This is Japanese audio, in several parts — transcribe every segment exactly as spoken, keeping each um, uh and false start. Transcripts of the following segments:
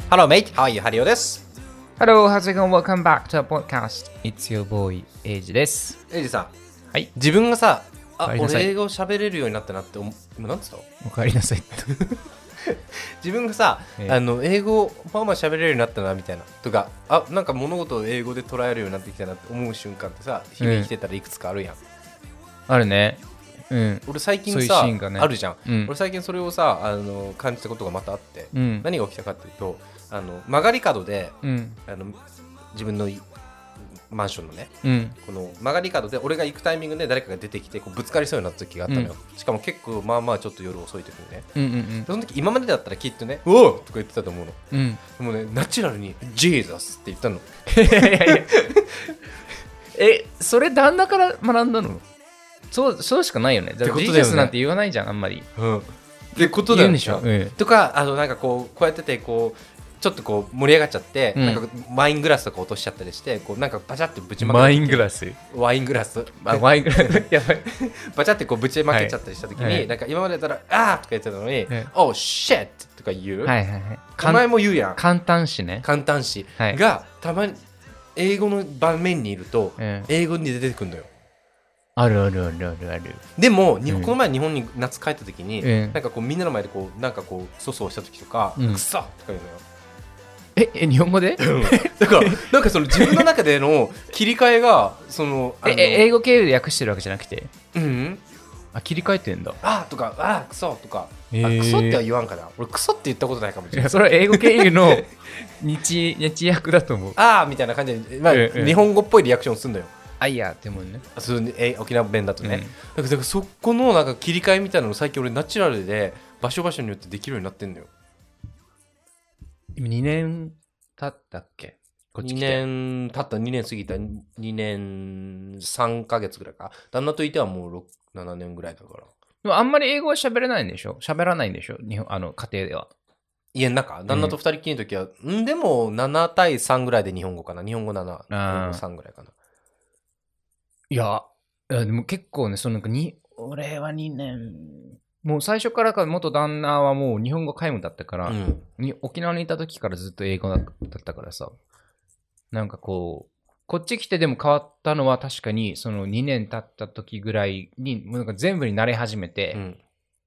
Hello mate, how are you? ハリオです。 Hello, how's it going? Welcome back to our podcast. It's your boy, エイジです。 エイジさん。 はい。 自分がさ、あ、 おかえりなさい俺英語喋れるようになったなって思う、今なんつったおかえりなさい。 自分がさ、 ええ、 あの英語まあまあ喋れるようになったなみたいなとか、あ、なんか物事を英語で捉えるようになってきたなって思う瞬間ってさ、日々生きてたらいくつかあるやん。 あるね。うん。 俺最近そういうさ、 シーンがねあるじゃん、 うん。 俺最近それをさ、あの感じたことがまたあって、 うん、 何が起きたかっていうと、あの曲がり角で、 うん、 あの自分のマンションのね、 うん、 この曲がり角で俺が行くタイミングで誰かが出てきてこうぶつかりそうになった時があったのよ、うん、しかも結構まあまあちょっと夜遅い時にね、 うんうんうん、 その時今までだったらきっとねうおーとか言ってたと思うの、 うん、 でもねナチュラルにジーザスって言ったの。 いやいやいやえ、それ旦那から学んだの？そうそうしかないよね。だからジーザスなんて言わないじゃんあんまり。 うん。ってことだよね。 言うんでしょ。うん、 とかあのなんかこうこうやっててこうちょっとこう盛り上がっちゃって、うん、なんかワイングラスとか落としちゃったりしてこうなんかバチャってぶちまけワイングラスワイングラスあワイングラスやばいバチャってこうぶちまけちゃったりした時に、はい、なんか今までだったらあーとか言ってたのに、はい、Oh shit とか言う、はいはいはい、お前も言うやん簡単詞ね簡単詞がたまに英語の場面にいると、はい、英語に出てくるのよ。 あるあるあるあるある。 でも、うん、この前日本に夏帰った時に、 うん、 なんかこうみんなの前でこうなんかこう粗相した時とか、うん、くそとか言うのよ。 ええ日本語で？ だからなんかその自分の中での切り替えがそのえ英語経由で訳してるわけじゃなくて、 うん、 あ切り替えてんだ。 あとかあクソとか、えー、あクソっては言わんかな。俺クソって言ったことないかもしれない。いやそれは英語経由の日日訳だと思う。 ああみたいな感じで、まあえー、日本語っぽいリアクションするんだよ。 あいやでもねそうえ沖縄弁だとね、うん、だからだからそこのなんか切り替えみたいなの最近俺ナチュラルで場所場所によってできるようになってんだよ。 今にねん経ったっけ？こっち来てにねん経った。にねん過ぎた。にねんさんかげつぐらいか。旦那といてはもうろく、ななねんぐらいだから。 でもあんまり英語は喋れないんでしょ？喋らないんでしょ？日本あの家庭では。 家の中旦那とふたりきりの時は、うん、んでもななたいさんぐらいで日本語かな。日本語なな、日本語さんぐらいかな。 いや、いやでも結構ね、そのなんかに俺はにねん、もう最初からか元旦那はもう日本語皆無だったから、うん、に沖縄にいた時からずっと英語だったからさ、なんかこう、こっち来てでも変わったのは確かにそのにねん経った時ぐらいに、もうなんか全部に慣れ始めて、うん、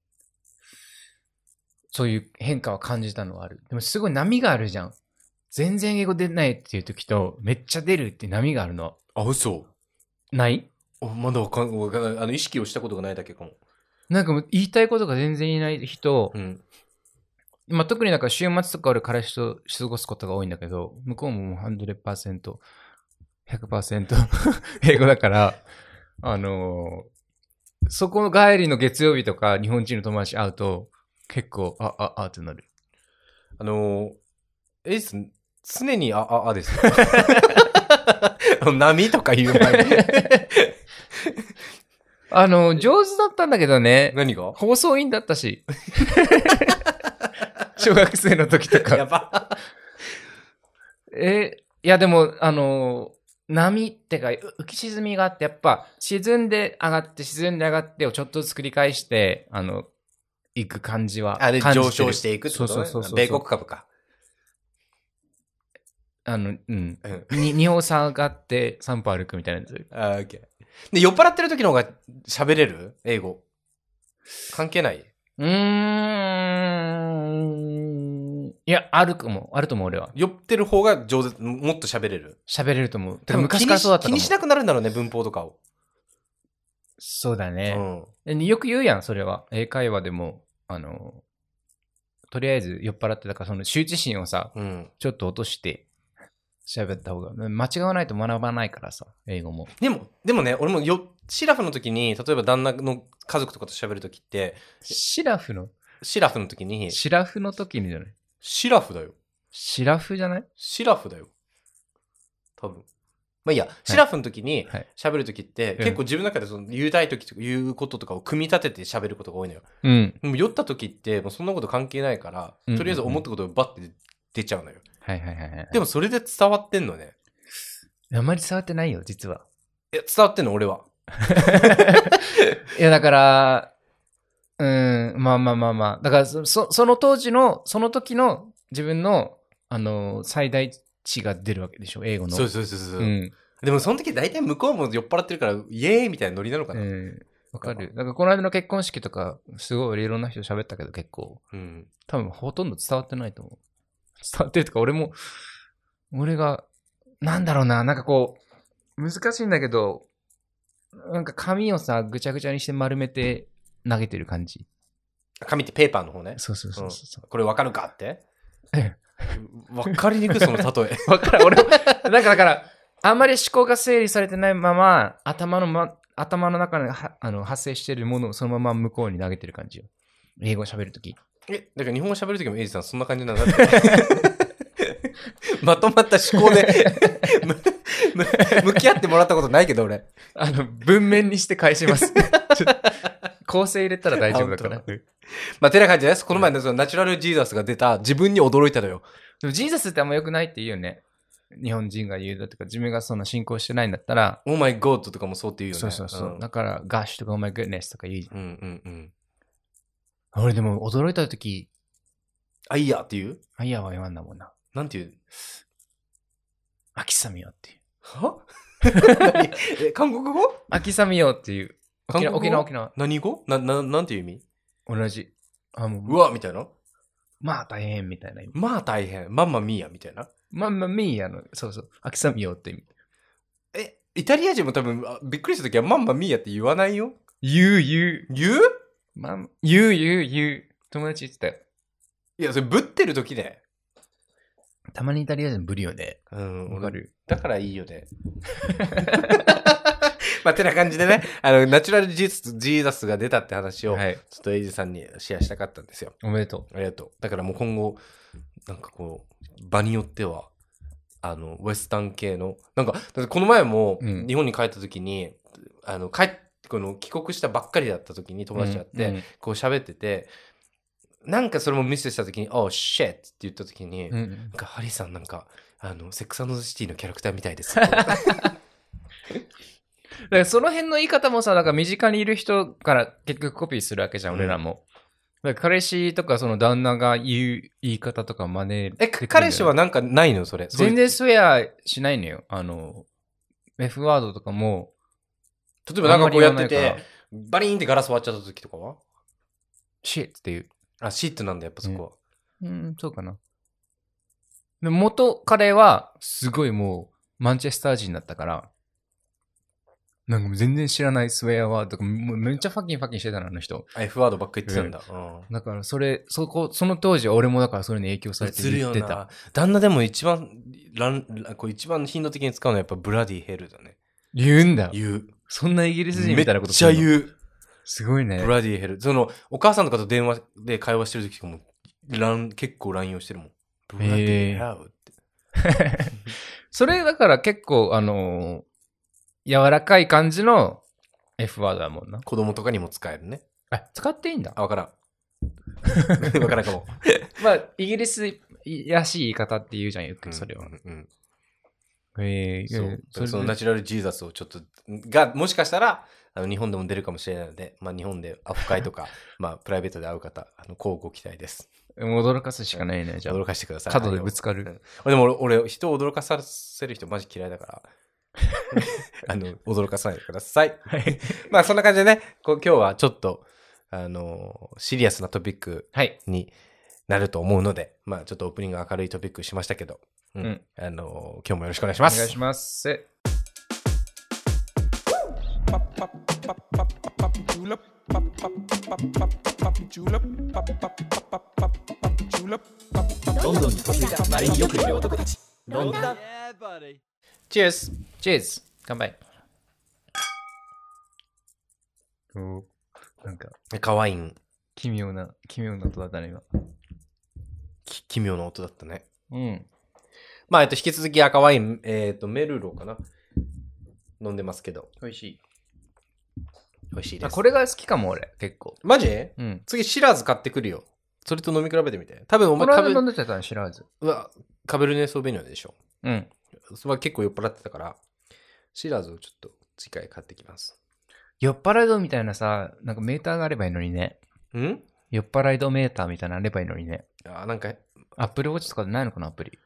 そういう変化を感じたのはある。でもすごい波があるじゃん。全然英語出ないっていう時と、めっちゃ出るって波があるの。 あ、嘘。 ないまだわかんあの意識をしたことがないだけかも。 なんかもう言いたいことが全然言えない人、うんまあ、特になんか週末とか俺彼氏と過ごすことが多いんだけど、向こうも ひゃくパーセント、ひゃくパーセント 英語だから、あのー、そこの帰りの月曜日とか日本人の友達会うと結構あああってなる。 あのー、エイス常にあああです。波とか言う前にあの上手だったんだけどね。 何が？ 放送委員だったし小学生の時とかやばえいやでもあの波ってか浮き沈みがあってやっぱ沈んで上がって沈んで上がってをちょっとずつ繰り返してあの行く感じはあれ上昇していくってことね。そうそうそうそう米国株か。 あの、うん。に、に歩下がってさん歩歩くみたいなやつ。 あ、オッケー。で、酔っ払ってる時の方が喋れる？英語。関係ない？ うーん。いや、あるかも。あると思う、俺は。 酔ってる方が上手、もっと喋れる？ 喋れると思う。多分昔からそうだったと思う。 気にしなくなるんだろうね、文法とかを。 そうだね。うん、よく言うやん、それは。英会話でも、あの、とりあえず酔っ払ってたから、その羞恥心をさ、うん、ちょっと落として、喋った方が間違わないと学ばないからさ英語も。 でもでもね俺もよシラフの時に例えば旦那の家族とかと喋る時ってシラフのシラフの時にシラフの時にじゃないシラフだよ。 シラフじゃないシラフだよ多分。まあいいや、はい、シラフの時に喋る時って、はい、結構自分の中でその言いたい時とか言うこととかを組み立てて喋ることが多いのよ。うん。でも酔った時ってもうそんなこと関係ないから、うんうんうん、とりあえず思ったことをバッて出ちゃうのよ。 はいはいはいはい。 でもそれで伝わってんのね。 あんまり伝わってないよ、実は。 いや、伝わってんの俺は。 いや、だから、うん、まあまあまあまあ。だからそ、その当時の、その時の自分の、 あの、最大値が出るわけでしょ、英語の。 そうそうそうそう。うん、でもその時大体向こうも酔っ払ってるから、イエーイみたいなノリなのかな。うん。 わかる。だからこの間の結婚式とか、すごいいろんな人喋ったけど結構、うん、多分ほとんど伝わってないと思う。伝わってるとか、俺も、俺が、なんだろうな、なんかこう、難しいんだけど、なんか紙をさ、ぐちゃぐちゃにして丸めて投げてる感じ。 紙ってペーパーの方ね。 そうそうそうそう、 うん。これわかるかってわかりにくい、その例え。 わかる、俺、なんかだから、あんまり思考が整理されてないまま、頭のま、頭の中ではあの発生しているものをそのまま向こうに投げてる感じよ。英語喋るとき。 え、だから日本語喋るときもエイジさんそんな感じなんだまとまった思考で向き合ってもらったことないけど俺。 あの、文面にして返します。構成入れたら大丈夫だから。 まあ、てな感じです。この前のそのナチュラルジーザスが出た自分に驚いたのよ。 でもジーザスってあんま良くないって言うよね。日本人が言うだとか、自分がその信仰してないんだったら。 Oh my god とかもそうって言うよね。 そうそうそう。うん、だから、ガッシュとか Oh my goodness とか言うじゃん。 うんうんうん。 俺でも驚いたとき。 あいやって言う？ あいやは言わんだもんな。 なんて言う？ 秋雨よっていう。 はえ、韓国語？ 秋雨よっていう。沖縄、沖縄、沖縄。 何語？な、な、なんていう意味？ 同じ。 あ、もう。うわみたいな？ まあ大変みたいな意味。 まあ大変。マンマミーヤみたいな。 マンマミーヤの、そうそう。秋雨よって意味。 え、イタリア人も多分、びっくりしたときはマンマミーヤって言わないよ。 言う、言う。 言う？ まん、言う、言う、言う。友達言ってたよ。 いや、それぶってるときで。 たまにイタリア人ぶるよね。 うん、わかる。だからいいよね。まあ、てな感じでね、あの、ナチュラルジーザスが出たって話を、はい、ちょっとエイジさんにシェアしたかったんですよ。 おめでとう。ありがとう。だからもう今後、なんかこう、場によっては、あの、ウエスタン系の、なんか、だってこの前も、日本に帰った時に、うん、あの、帰っ、この帰国したばっかりだった時に友達と会って、うんうん、こう喋ってて、なんかそれもミスした時に、oh shit って言った時に、うん、なんかハリーさんなんか、あの、セックス&ザ・シティのキャラクターみたいです。だからその辺の言い方もさ、だから身近にいる人から結局コピーするわけじゃん、うん、俺らも。だから彼氏とかその旦那が言う言い方とか真似。 え、彼氏はなんかないのそれ。 全然スウェアしないのよ。あの、F ワードとかも。 例えばなんかこうやってて、バリーンってガラス割っちゃった時とかはシッっていう。 あ、シットなんだ、やっぱそこは。 うん、うん、そうかな。で元彼は、すごいもう、マンチェスター人だったから、なんか全然知らないスウェアワードとか、もうめっちゃファッキンファッキンしてたの、あの人。 F ワードばっかり言ってたんだ。 うん。だから、それ、そこ、その当時は俺もだからそれに影響されて言ってた。 旦那でも一番、ラン、こう一番頻度的に使うのはやっぱブラディヘルだね。 言うんだ。 言う。 そんなイギリス人みたいなことするの？めっちゃ言う。 すごいね。 ブラディヘル。その、お母さんとかと電話で会話してる時とかも、ラン、結構 ライン をしてるもん。ブラディヘルって。 それだから結構、あのー、柔らかい感じの F ワードだもんな。 子供とかにも使えるね。 あ、使っていいんだ。 あ、わからん。わからんかも。 まあ、イギリスらしい言い方って言うじゃん、よく、それは。うんうんうん、えー、そう。そ, そのナチュラルジーザスをちょっと、が、もしかしたら、あの日本でも出るかもしれないので、まあ日本でアフ会とか、まあプライベートで会う方、あの、こうご期待です。 驚かすしかないね、じゃあ。 驚かしてください。 角でぶつかる。 うん、でも俺、俺人を驚かさせる人マジ嫌いだから、あの、驚かさないでください。はい。まあそんな感じでね、こう今日はちょっと、あの、シリアスなトピックになると思うので、はい、まあちょっとオープニング明るいトピックしましたけど、うん。うん、あの、今日もよろしくお願いします。 お願いします。ロンドンに嫁いだまれによくいる男たち。ロンドン。 チェーズ。 チェーズ。乾杯。おなんかかわいい。 奇妙な奇妙な音だったね今。 き奇妙な音だったね。うん。まあえっと引き続き赤ワインえっ、ー、とメルローかな飲んでますけど。 美味しい。 美味しいです。 これが好きかも俺結構。 マジ？ うん。 次シラーズ買ってくるよ。それと飲み比べてみて。多分お前この間飲んでたのシラーズ。 うわカベルネソーベニョでしょ。 うん。 それは結構酔っ払ってたからシラーズをちょっと次回買ってきます。 酔っ払い度みたいなさなんかメーターがあればいいのにね。 ん？ 酔っ払い度メーターみたいなのあればいいのにね。 あなんかアップルウォッチとかでないのかなアプリ。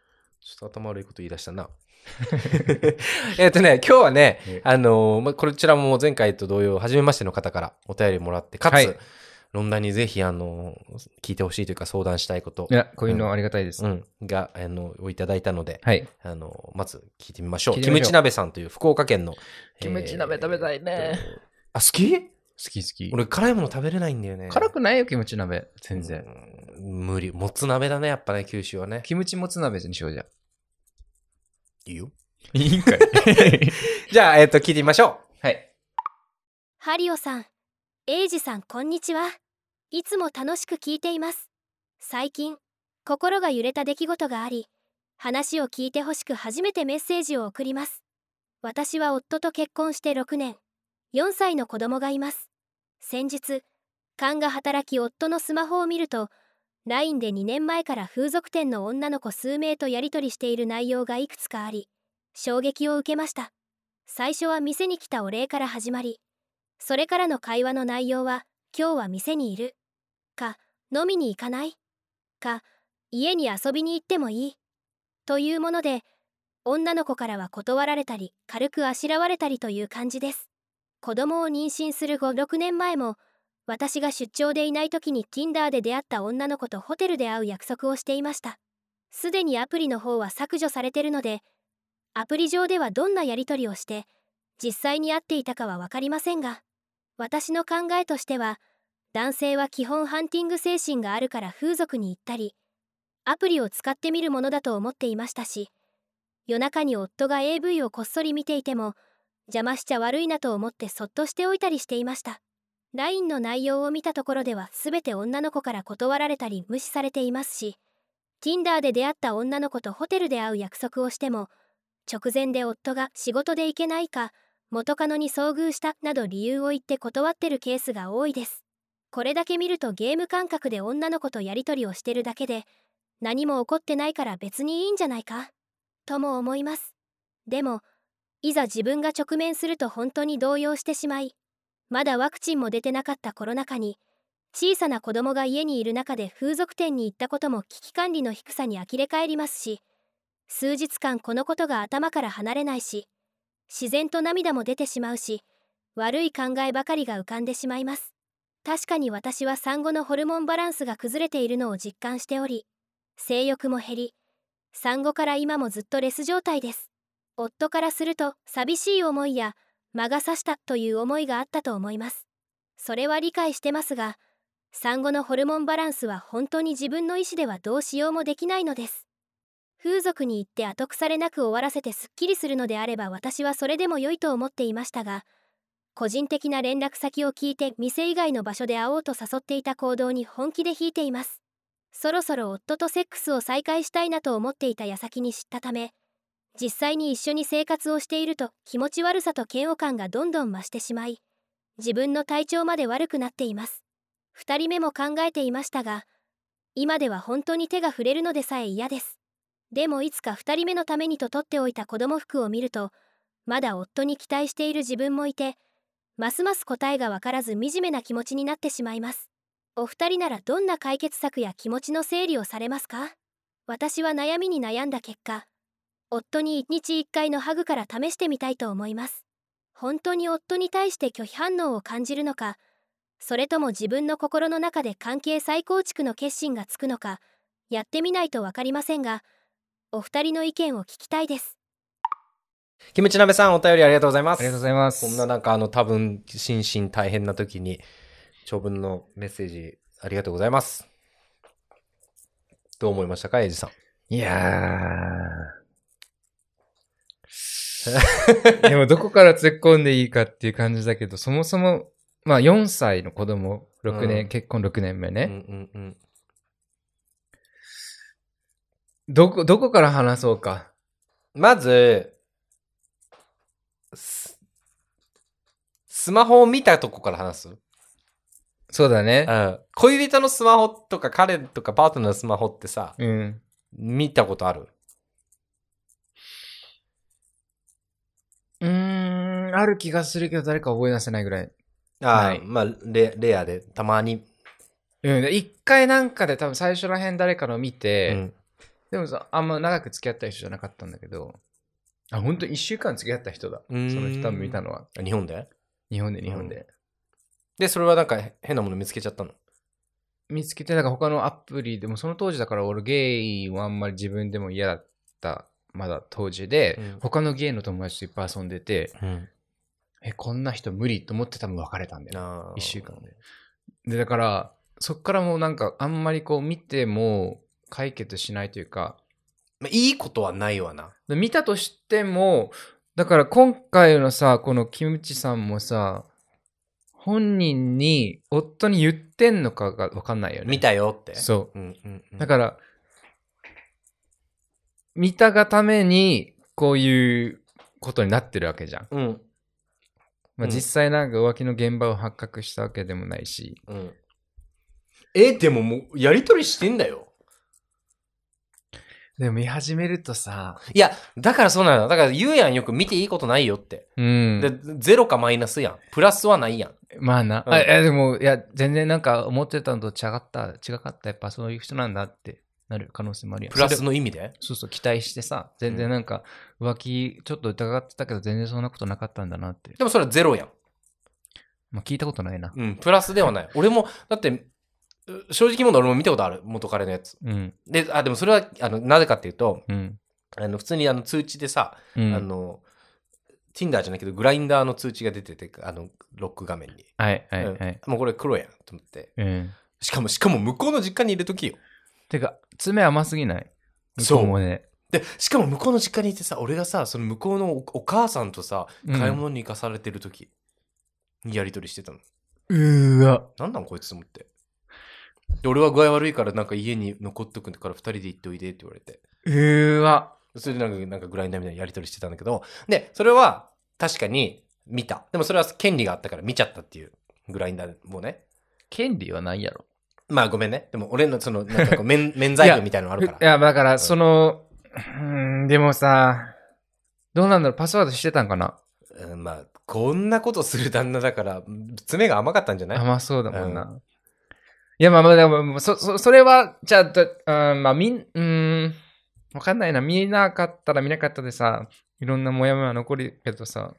ちょっと頭悪いこと言い出したな。えっとね、今日はね、あのー、ま、こちらも前回と同様、初めましての方からお便りもらって、かつ、はい、論壇にぜひ、あのー、聞いてほしいというか相談したいこと。 いや、こういうのありがたいです。 うん。が、あの、をいただいたので、 はい。 あの、まず聞いてみましょう。キムチ鍋さんという福岡県の。 キムチ鍋食べたいね。 あ、好き？好き好き。 俺、辛いもの食べれないんだよね。 辛くないよ、キムチ鍋。全然。 無理。もつ鍋だね、やっぱね、九州はね。 キムチもつ鍋にしようじゃ。 いいよ。 いいんかい。 じゃあ、えっと、聞いてみましょう。はい。 ハリオさん、エイジさん、こんにちは。いつも楽しく聞いています。最近、心が揺れた出来事があり、話を聞いてほしく初めてメッセージを送ります。私は夫と結婚してろくねん、よんさいの子供がいます。先日、勘が働き夫のスマホを見ると、ライン でにねんまえから風俗店の女の子数名とやり取りしている内容がいくつかあり、衝撃を受けました。最初は店に来たお礼から始まり、それからの会話の内容は、今日は店にいるか、飲みに行かないか、家に遊びに行ってもいいというもので、女の子からは断られたり、軽くあしらわれたりという感じです。子供を妊娠するご、ろくねんまえも、私が出張でいない時に Tinder で出会った女の子とホテルで会う約束をしていました。すでにアプリの方は削除されてるので、アプリ上ではどんなやり取りをして、実際に会っていたかは分かりませんが、私の考えとしては、男性は基本ハンティング精神があるから風俗に行ったり、アプリを使ってみるものだと思っていましたし、夜中に夫が エーブイ をこっそり見ていても、邪魔しちゃ悪いなと思ってそっとしておいたりしていました。ライン の内容を見たところでは全て女の子から断られたり無視されていますし、Tinder で出会った女の子とホテルで会う約束をしても、直前で夫が仕事で行けないか、元カノに遭遇したなど理由を言って断ってるケースが多いです。これだけ見るとゲーム感覚で女の子とやり取りをしてるだけで、何も起こってないから別にいいんじゃないかとも思います。でも、いざ自分が直面すると本当に動揺してしまい、まだワクチンも出てなかったコロナ禍に、小さな子供が家にいる中で風俗店に行ったことも危機管理の低さに呆れ返りますし、数日間このことが頭から離れないし、自然と涙も出てしまうし、悪い考えばかりが浮かんでしまいます。確かに私は産後のホルモンバランスが崩れているのを実感しており、性欲も減り、産後から今もずっとレス状態です。夫からすると寂しい思いや魔が差したという思いがあったと思います。それは理解してますが、産後のホルモンバランスは本当に自分の意思ではどうしようもできないのです。風俗に行って後腐れなく終わらせてすっきりするのであれば私はそれでも良いと思っていましたが、個人的な連絡先を聞いて店以外の場所で会おうと誘っていた行動に本気で引いています。そろそろ夫とセックスを再開したいなと思っていた矢先に知ったため、実際に一緒に生活をしていると気持ち悪さと嫌悪感がどんどん増してしまい、自分の体調まで悪くなっています。二人目も考えていましたが、今では本当に手が触れるのでさえ嫌です。でもいつか二人目のためにと取っておいた子供服を見ると、まだ夫に期待している自分もいて、ますます答えがわからず惨めな気持ちになってしまいます。お二人ならどんな解決策や気持ちの整理をされますか？私は悩みに悩んだ結果、夫にいちにちいっかいのハグから試してみたいと思います。本当に夫に対して拒否反応を感じるのか、それとも自分の心の中で関係再構築の決心がつくのか、やってみないとわかりませんが、お二人の意見を聞きたいです。 キムチ鍋さん、お便りありがとうございます。 ありがとうございます。 こんななんかあの多分心身大変な時に長文のメッセージありがとうございます。どう思いましたか、エイジさん。 いやーでもどこから突っ込んでいいかっていう感じだけど、そもそもまあよんさいの子供ろくねん、うん、結婚ろくねんめね、うんうんうん、どこどこから話そうか。 まずス, スマホを見たとこから話す。 そうだね、 うん、恋人のスマホとか彼とかパートナーのスマホってさ、うん、見たことある？ うーん、ある気がするけど誰か覚え出せないぐらい。 ああ、まあレ、レアでたまに。 うん、一回なんかで多分最初らへん誰かの見て、 でもさ、あんま長く付き合った人じゃなかったんだけど、あ、ほんといっしゅうかん付き合った人だ。その人見たのは。 日本で日本で、日本で、うん。 で、それはなんか変なもの見つけちゃったの？ 見つけて、なんか他のアプリでも、その当時だから俺ゲイはあんまり自分でも嫌だった、まだ当時で、うん、他のゲイの友達といっぱい遊んでて、うん、え、こんな人無理と思って多分別れたんだよ。いっしゅうかんで。で、だから、そっからもうなんかあんまりこう見ても解決しないというか、 いいことはないわな。 見たとしても、だから今回のさ、このキムチさんもさ、本人に、夫に言ってんのかが分かんないよね。 見たよって。 そう。うんうんうん、だから、見たがために、こういうことになってるわけじゃん。うん。まあ、実際なんか浮気の現場を発覚したわけでもないし。うん。 え、でももう、やりとりしてんだよ。 でも見始めるとさ。 いや、だからそうなの。だから言うやん、よく見ていいことないよって。うん。で、ゼロかマイナスやん。プラスはないやん。 まあな。うん、あ、いやでも、いや、全然なんか思ってたのと違った、違かった。やっぱそういう人なんだってなる可能性もあるやん。 プラスの意味で？ そうそう、期待してさ、全然なんか浮気ちょっと疑ってたけど全然そんなことなかったんだなって。 でもそれはゼロやん。 まあ聞いたことないな。 うん、プラスではない。俺も、だって、正直問題俺も見たことある。元彼のやつ。うん、で、あ、でもそれは、あの、なぜかっていうと、うん、あの、普通にあの通知でさ、うん、あの、Tinder じゃないけど、グラインダーの通知が出てて、あの、ロック画面に。 はいはいはい。うん、 もうこれ黒やんと思って。うん、しかも、しかも向こうの実家にいるときよ。 てか、爪甘すぎない？そうもね。 で、しかも向こうの実家にいてさ、俺がさ、その向こうの お, お母さんとさ、買い物に行かされてるときにやりとりしてたの。 うーわ。 なんなんこいつと思って。で、俺は具合悪いからなんか家に残っとくからふたりで行っておいでって言われて。 うーわ。 それでなんか、なんかグラインダーみたいなやりとりしてたんだけど、で、それは確かに見た。でもそれは権利があったから見ちゃったっていうグラインダーもね。 権利はないやろ。 まあごめんね。でも俺のその、なんかこう免、免罪符みたいなのあるから。 いや、だからその、うん、でもさ、どうなんだろう、パスワードしてたんかな。 うん、まあ、こんなことする旦那だから、爪が甘かったんじゃない？ 甘そうだもんな。うん、いや、まあまあ、でも、そ、そ、それは、じゃあ、うん、まあ、みん、うん、わかんないな。見なかったら見なかったでさ、いろんなモヤモヤ残るけどさ。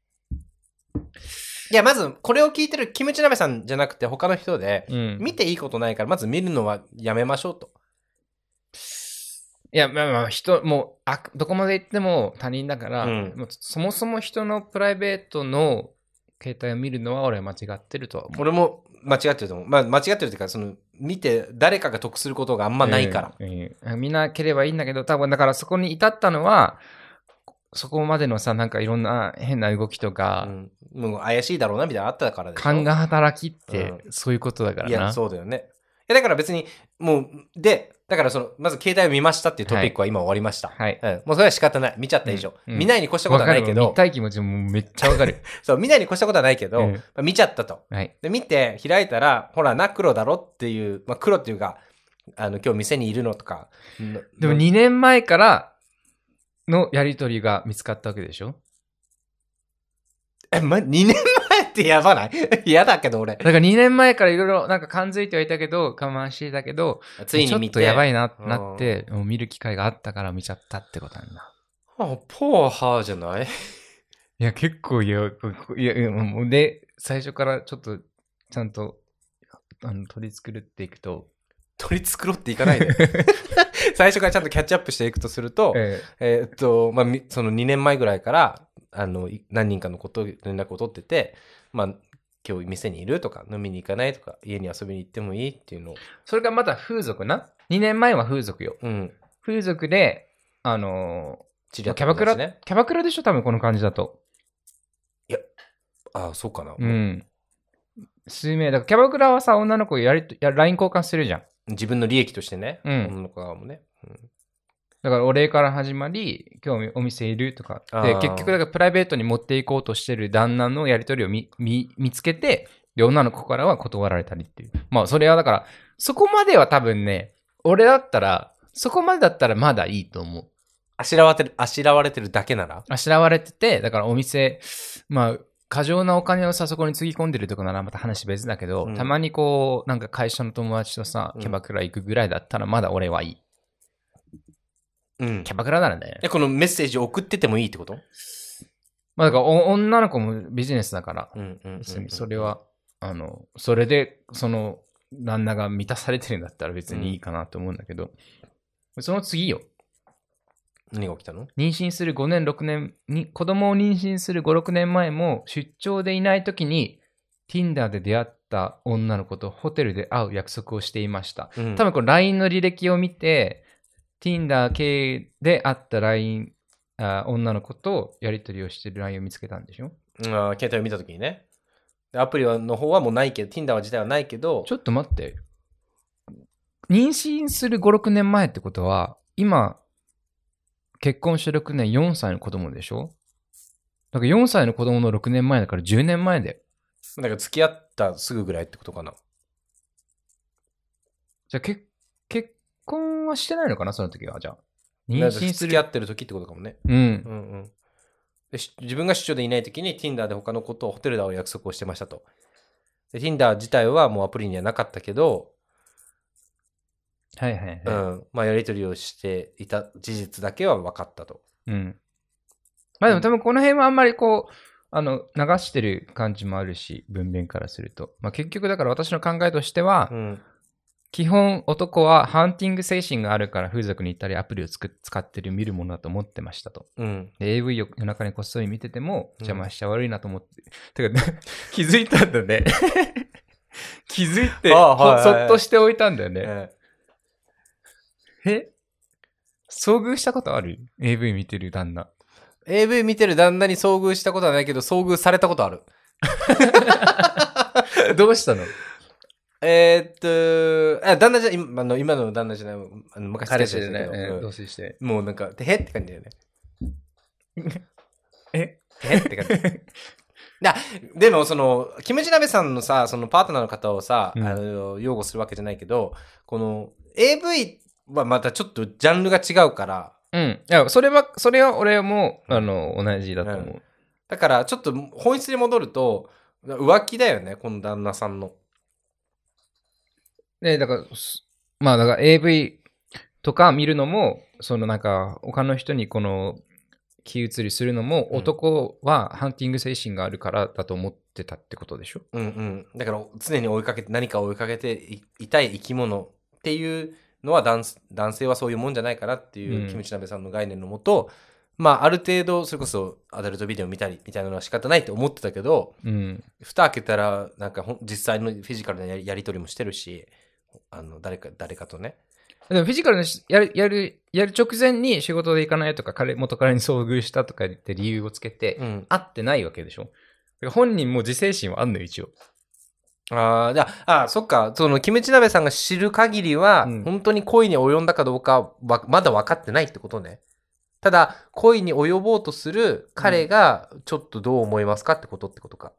いや、まず、これを聞いてるキムチ鍋さんじゃなくて他の人で、うん、見ていいことないから、まず見るのはやめましょうと。 いや、まあまあ、人、もう、あ、どこまで行っても他人だから、うん、もうそもそも人のプライベートの携帯を見るのは俺は間違ってるとは思う。 俺も間違ってると思う。まあ、間違ってるというか、その、見て誰かが得することがあんまないから。 えーえー、見なければいいんだけど、多分だからそこに至ったのは、そこまでのさ、なんかいろんな変な動きとか、うん、 もう怪しいだろうなみたいなのあったからでしょ。 勘が働きって、そういうことだからな。 いや、そうだよね。いや、だから別に、もう、で、だからその、まず携帯を見ましたっていうトピックは今終わりました。はい。うん、もうそれは仕方ない。見ちゃった以上。うん、見ないに越したことはないけど。 見たい気持ちもめっちゃわかる。 そう、見ないに越したことはないけど、うんまあ、見ちゃったと。はい。で、見て、開いたら、ほらな、黒だろっていう、まあ黒っていうか、あの、今日店にいるのとか。 でもにねんまえからのやりとりが見つかったわけでしょ？ え、ま、にねんまえってやばない嫌だけど俺。 だからにねんまえからいろいろなんか感づいてはいたけど、我慢してたけど、ついに見てちょっとやばいな、なって、もう見る機会があったから見ちゃったってことなんだ。 あ、ポーハーじゃない？いや、結構いや、いや、いやもうで、最初からちょっと、ちゃんと、あの、取り繕っていくと。 取り繕っていかないで。最初からちゃんとキャッチアップしていくとすると、えええー、っと、まあ、そのにねんまえぐらいから、あの、何人かのこと連絡を取ってて、まあ、今日店にいるとか、飲みに行かないとか、家に遊びに行ってもいいっていうのを。 それがまた風俗な。にねんまえは風俗よ。うん。風俗で、あのー、キャバクラ、キャバクラでしょ多分この感じだと。 いや、ああ、そうかな。 うん。数名、だからキャバクラはさ、女の子やり、や、ライン 交換するじゃん。 自分の利益としてね。うん。女の子側もね。うんだからお礼から始まり、今日お店いるとか。で、結局だからプライベートに持っていこうとしてる旦那のやりとりを 見, 見, 見つけて、で、女の子からは断られたりっていう。まあ、それはだから、そこまでは多分ね、俺だったら、そこまでだったらまだいいと思う。 あしらわれてる、あしらわれてるだけならあしらわれてて、だからお店、まあ、過剰なお金をさ、そこにつぎ込んでるとかならまた話別だけど、うん、たまにこう、なんか会社の友達とさ、キャバクラ行くぐらいだったらまだ俺はいい。 うん、キャバクラならね。 このメッセージを送っててもいいってこと？ まあだから女の子もビジネスだから、別にそれは、あの、それで、その、旦那が満たされてるんだったら別にいいかなと思うんだけど、うん、その次よ。 何が起きたの？ 妊娠するごねん、ろくねんに、子供を妊娠するご、ろくねんまえも出張でいないときに、Tinder で出会った女の子とホテルで会う約束をしていました。うん、多分この ライン の履歴を見て、Tinder 系で会った ライン、あ女の子とやり取りをしてる ライン を見つけたんでしょ？ ああ、携帯を見たときにね。アプリの方はもうないけど、Tinder 自体はないけど。 ちょっと待って。妊娠するご、ろくねんまえってことは、今、結婚してろくねん、よんさいの子供でしょ？だからよんさいの子供のろくねんまえだからじゅうねんまえで。 だから付き合ったすぐぐらいってことかな。 じゃあ、け結婚はしてないのかな、その時は。じゃあ。 妊娠する。付き合ってる時ってことかもね。うん。うんうんで自分が出張でいない時に Tinder で他の子とホテルで会う約束をしてましたと。で Tinder 自体はもうアプリにはなかったけど、 はいはいはい。 うん。まあやり取りをしていた事実だけは分かったと。 うん。まあでも多分この辺はあんまりこう、あの、流してる感じもあるし、文面からすると。まあ結局だから私の考えとしては、うん、基本男はハンティング精神があるから風俗に行ったりアプリをつく使ってる見るものだと思ってましたと。うん、で エーブイ を夜中にこっそり見てても邪魔しちゃ悪いなと思って。うん、てか気づいたんだね。気づいて、はいはいはい、そっとしておいたんだよね。ええ遭遇したことある？ エーブイ 見てる旦那。 エーブイ 見てる旦那に遭遇したことはないけど、遭遇されたことある。 どうしたの？ えー、っと、あ、旦那じゃ、今の、今の旦那じゃない、あの昔彼氏でね、えー、同棲して。 もうなんか、てへって感じだよね。 えてへって感じ。だでも、その、キムチ鍋さんのさ、そのパートナーの方をさ、うん、あの擁護するわけじゃないけど、この エーブイ はまたちょっとジャンルが違うから。 うん。いや、それは、それは俺も、あの、同じだと思う。うん、 だから、ちょっと本質に戻ると、浮気だよね、この旦那さんの。 ね、だから、まあだから エーブイ とか見るのも、そのなんか他の人にこの気移りするのも、男はハンティング精神があるからだと思ってたってことでしょ？ うんうん。だから常に追いかけて、何かを追いかけて い, いたい生き物っていうのは 男, 男性はそういうもんじゃないかなっていう、うん、キムチ鍋さんの概念のもと、まあある程度それこそアダルトビデオ見たりみたいなのは仕方ないって思ってたけど、うん、蓋開けたらなんか実際のフィジカルなやり、やり取りもしてるし、あの誰か誰かとね。 でもフィジカルのやるやるやる直前に仕事で行かないとか彼元彼に遭遇したとか言って理由をつけて、うん、会ってないわけでしょ。だから本人も自制心はあんのよ一応。 ああ、じゃあ、あそっか、そのキムチ鍋さんが知る限りは、うん、本当に恋に及んだかどうかはまだ分かってないってことね。ただ恋に及ぼうとする彼がちょっとどう思いますかってことってことか。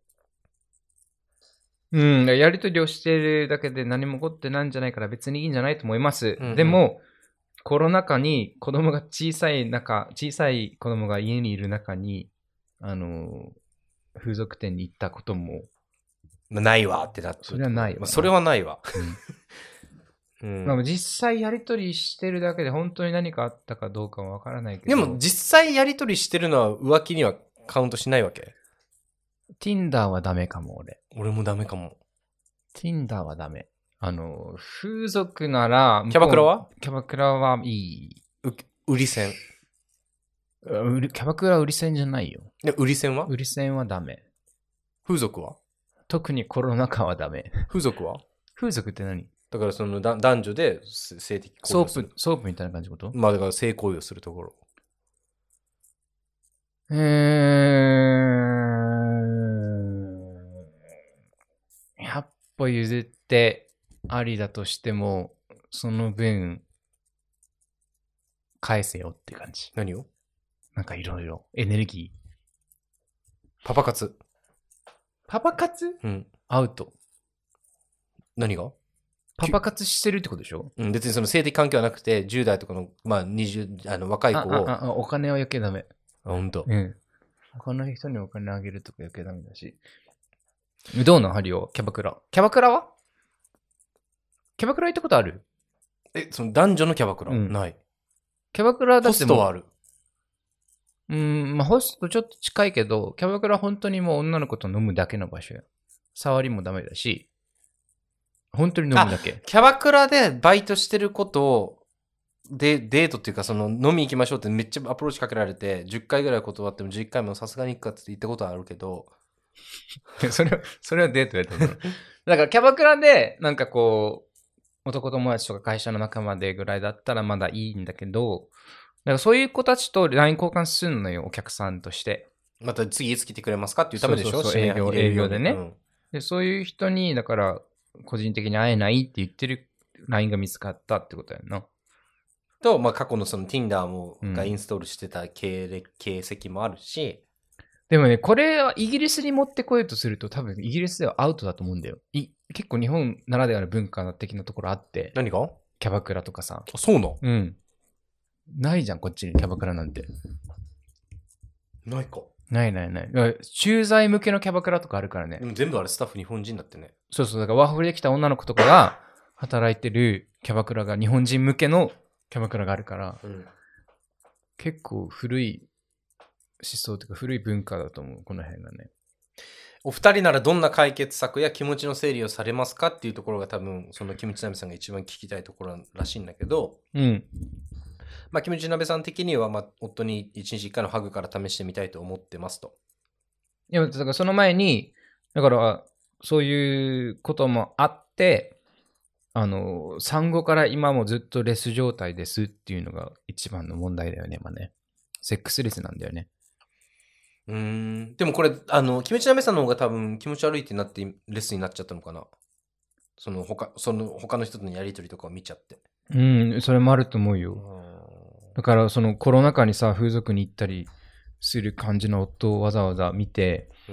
うん、やりとりをしているだけで何も起こってないんじゃないから別にいいんじゃないと思います。うんうん、でも、コロナ禍に子供が小さい中、小さい子供が家にいる中に、あの、風俗店に行ったことも。 ないわってなって。 それはないわ。 まあ、それはないわ。 うんうんまあ、実際やりとりしてるだけで本当に何かあったかどうかはわからないけど。 でも実際やりとりしてるのは浮気にはカウントしないわけ？ Tinder はダメかも、俺。 俺もダメかも。 Tinder はダメ。あの、風俗なら、 キャバクラはキャバクラはいい。 う売り線。 キャバクラは売り線じゃないよ。 で、売り線は売り線はダメ。 風俗は特にコロナ禍はダメ。 風俗は風俗って何？ だからそのだ男女で性的行為をする。ソープ、ソープみたいな感じのこと？ まあだから性行為をするところ。 えー。ひゃっぽ譲ってありだとしても、その分、返せよって感じ。 何を？ なんかいろいろ。エネルギー。パパ活。 パパ活？ うん。 アウト。 何が？ パパ活してるってことでしょ？ うん、別にその性的関係はなくて、じゅう代とかの、まあ、にじゅう、あの、若い子を。 あああお金は余計ダメ。 あ、ほんと。 うん。他の人にお金あげるとか余計ダメだし。どうなんハリオ？キャバクラ。キャバクラは？キャバクラ行ったことある？ え、その男女のキャバクラ？うん、ない。 キャバクラだってもホストはある。 うん、まあホストちょっと近いけど、キャバクラは本当にもう女の子と飲むだけの場所や。触りもダメだし、本当に飲むだけ。 キャバクラでバイトしてることを、で、デートっていうか、その飲み行きましょうってめっちゃアプローチかけられて、じゅっかいぐらい断ってもじゅっかいもさすがに行くかって言ったことはあるけど。 それは、それはデートやと思う。だからキャバクラで、なんかこう、男友達とか会社の仲間でぐらいだったらまだいいんだけど、だからそういう子たちと ライン 交換するのよ、お客さんとして。 また次いつ来てくれますかっていうためでしょ。 そうそうそう、営業、営業でね、うん、で。そういう人に、だから個人的に会えないって言ってる ライン が見つかったってことやんな。 と、まあ過去のその Tinder も、がインストールしてた経歴、形跡もあるし。 でもね、これはイギリスに持ってこようとすると多分イギリスではアウトだと思うんだよ。い結構日本ならではの文化的なところあって。 何が？ キャバクラとかさ。 あ、そうなの？ うん。ないじゃん、こっちにキャバクラなんて。 ないか。 ないないない。駐在向けのキャバクラとかあるからね。 でも全部あれスタッフ日本人だってね。 そうそう、だからワーホリで来た女の子とかが働いてるキャバクラが日本人向けのキャバクラがあるから、うん、結構古い思想というか古い文化だと思う、この辺がね。 お二人ならどんな解決策や気持ちの整理をされますかっていうところが多分そのキムチ鍋さんが一番聞きたいところらしいんだけど、 うん。 まあキムチ鍋さん的にはまあ夫に一日一回のハグから試してみたいと思ってますと。 いやだからその前にだからそういうこともあって、あの産後から今もずっとレス状態ですっていうのが一番の問題だよね、今ね。セックスレスなんだよね。 うーん。でもこれ、あの、キムチ鍋さんの方が多分気持ち悪いってなってレスになっちゃったのかな。その他、その他の人とのやりとりとかを見ちゃって。 うん、それもあると思うよ。だからそのコロナ禍にさ、風俗に行ったりする感じの夫をわざわざ見て、うん、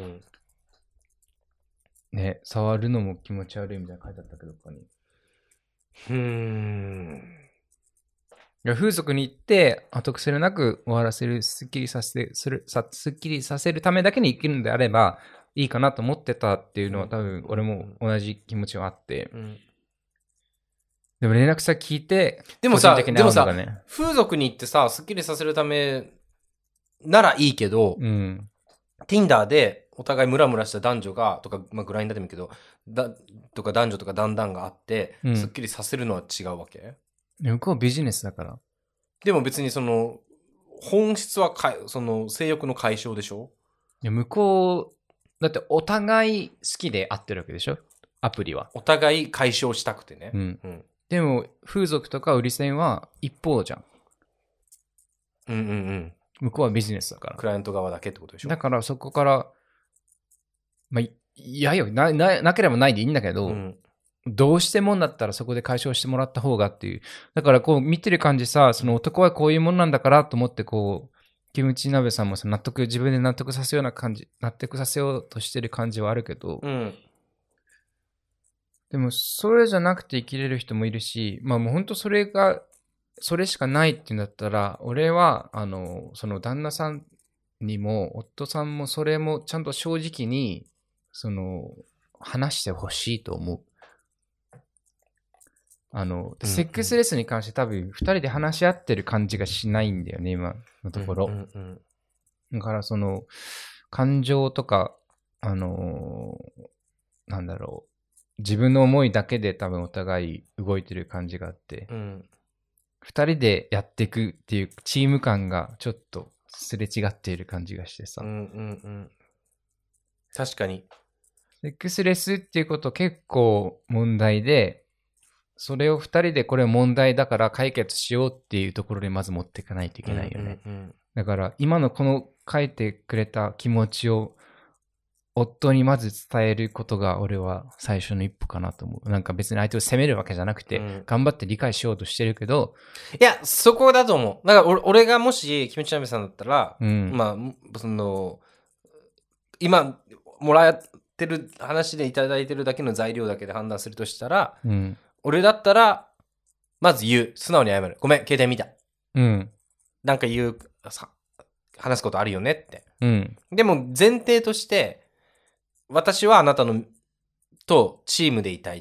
ね、触るのも気持ち悪いみたいな書いてあったけど、ここに。 うーん。 風俗に行って後癖なく終わらせる、すっきりさせするさすっきりさせるためだけに生きるのであればいいかなと思ってたっていうのは多分俺も同じ気持ちはあって、うん、でも連絡先聞いてでもさ、ね、でもさ風俗に行ってさすっきりさせるためならいいけど、うん、Tinder でお互いムラムラした男女がとか、まあ、グラインダーでもいいけどだとか男女とか段々があって、うん、すっきりさせるのは違うわけ？ 向こうビジネスだから。 でも別にその本質はかその性欲の解消でしょ？ いや向こうだってお互い好きで会ってるわけでしょ？アプリはお互い解消したくてね、 うんうん、でも風俗とか売り線は一方じゃん。 うんうんうん。 向こうはビジネスだからクライアント側だけってことでしょ？ だからそこからまあいやよ な, な, なければないでいいんだけど、うん、どうしてもんだったらそこで解消してもらった方がっていう。だからこう見てる感じさ、その男はこういうもんなんだからと思ってこう、キムチ鍋さんもさ納得、自分で納得させような感じ、納得させようとしてる感じはあるけど、うん、でもそれじゃなくて生きれる人もいるし、まあもう本当それが、それしかないっていうんだったら、俺は、あの、その旦那さんにも、夫さんもそれもちゃんと正直に、その、話してほしいと思う。あの、セックスレスに関して多分二人で話し合ってる感じがしないんだよね、今のところ。うんうんうん、だからその、感情とか、あのー、なんだろう、自分の思いだけで多分お互い動いてる感じがあって、うん、二人でやっていくっていうチーム感がちょっとすれ違っている感じがしてさ。うんうんうん、 確かに。 セックスレスっていうこと結構問題で、それを二人でこれ問題だから解決しようっていうところにまず持っていかないといけないよね。うんうんうん、だから今のこの書いてくれた気持ちを夫にまず伝えることが俺は最初の一歩かなと思う。なんか別に相手を責めるわけじゃなくて、うん、頑張って理解しようとしてるけど。 いや、そこだと思う。だから俺、俺がもしキムチ鍋さんだったら、うん、まあ、その、今もらってる話でいただいてるだけの材料だけで判断するとしたら、うん俺だったら、まず言う。素直に謝る。ごめん、携帯見た。うん。なんか言う、さ、話すことあるよねって。うん。でも前提として、私はあなたの、とチームでいたいと。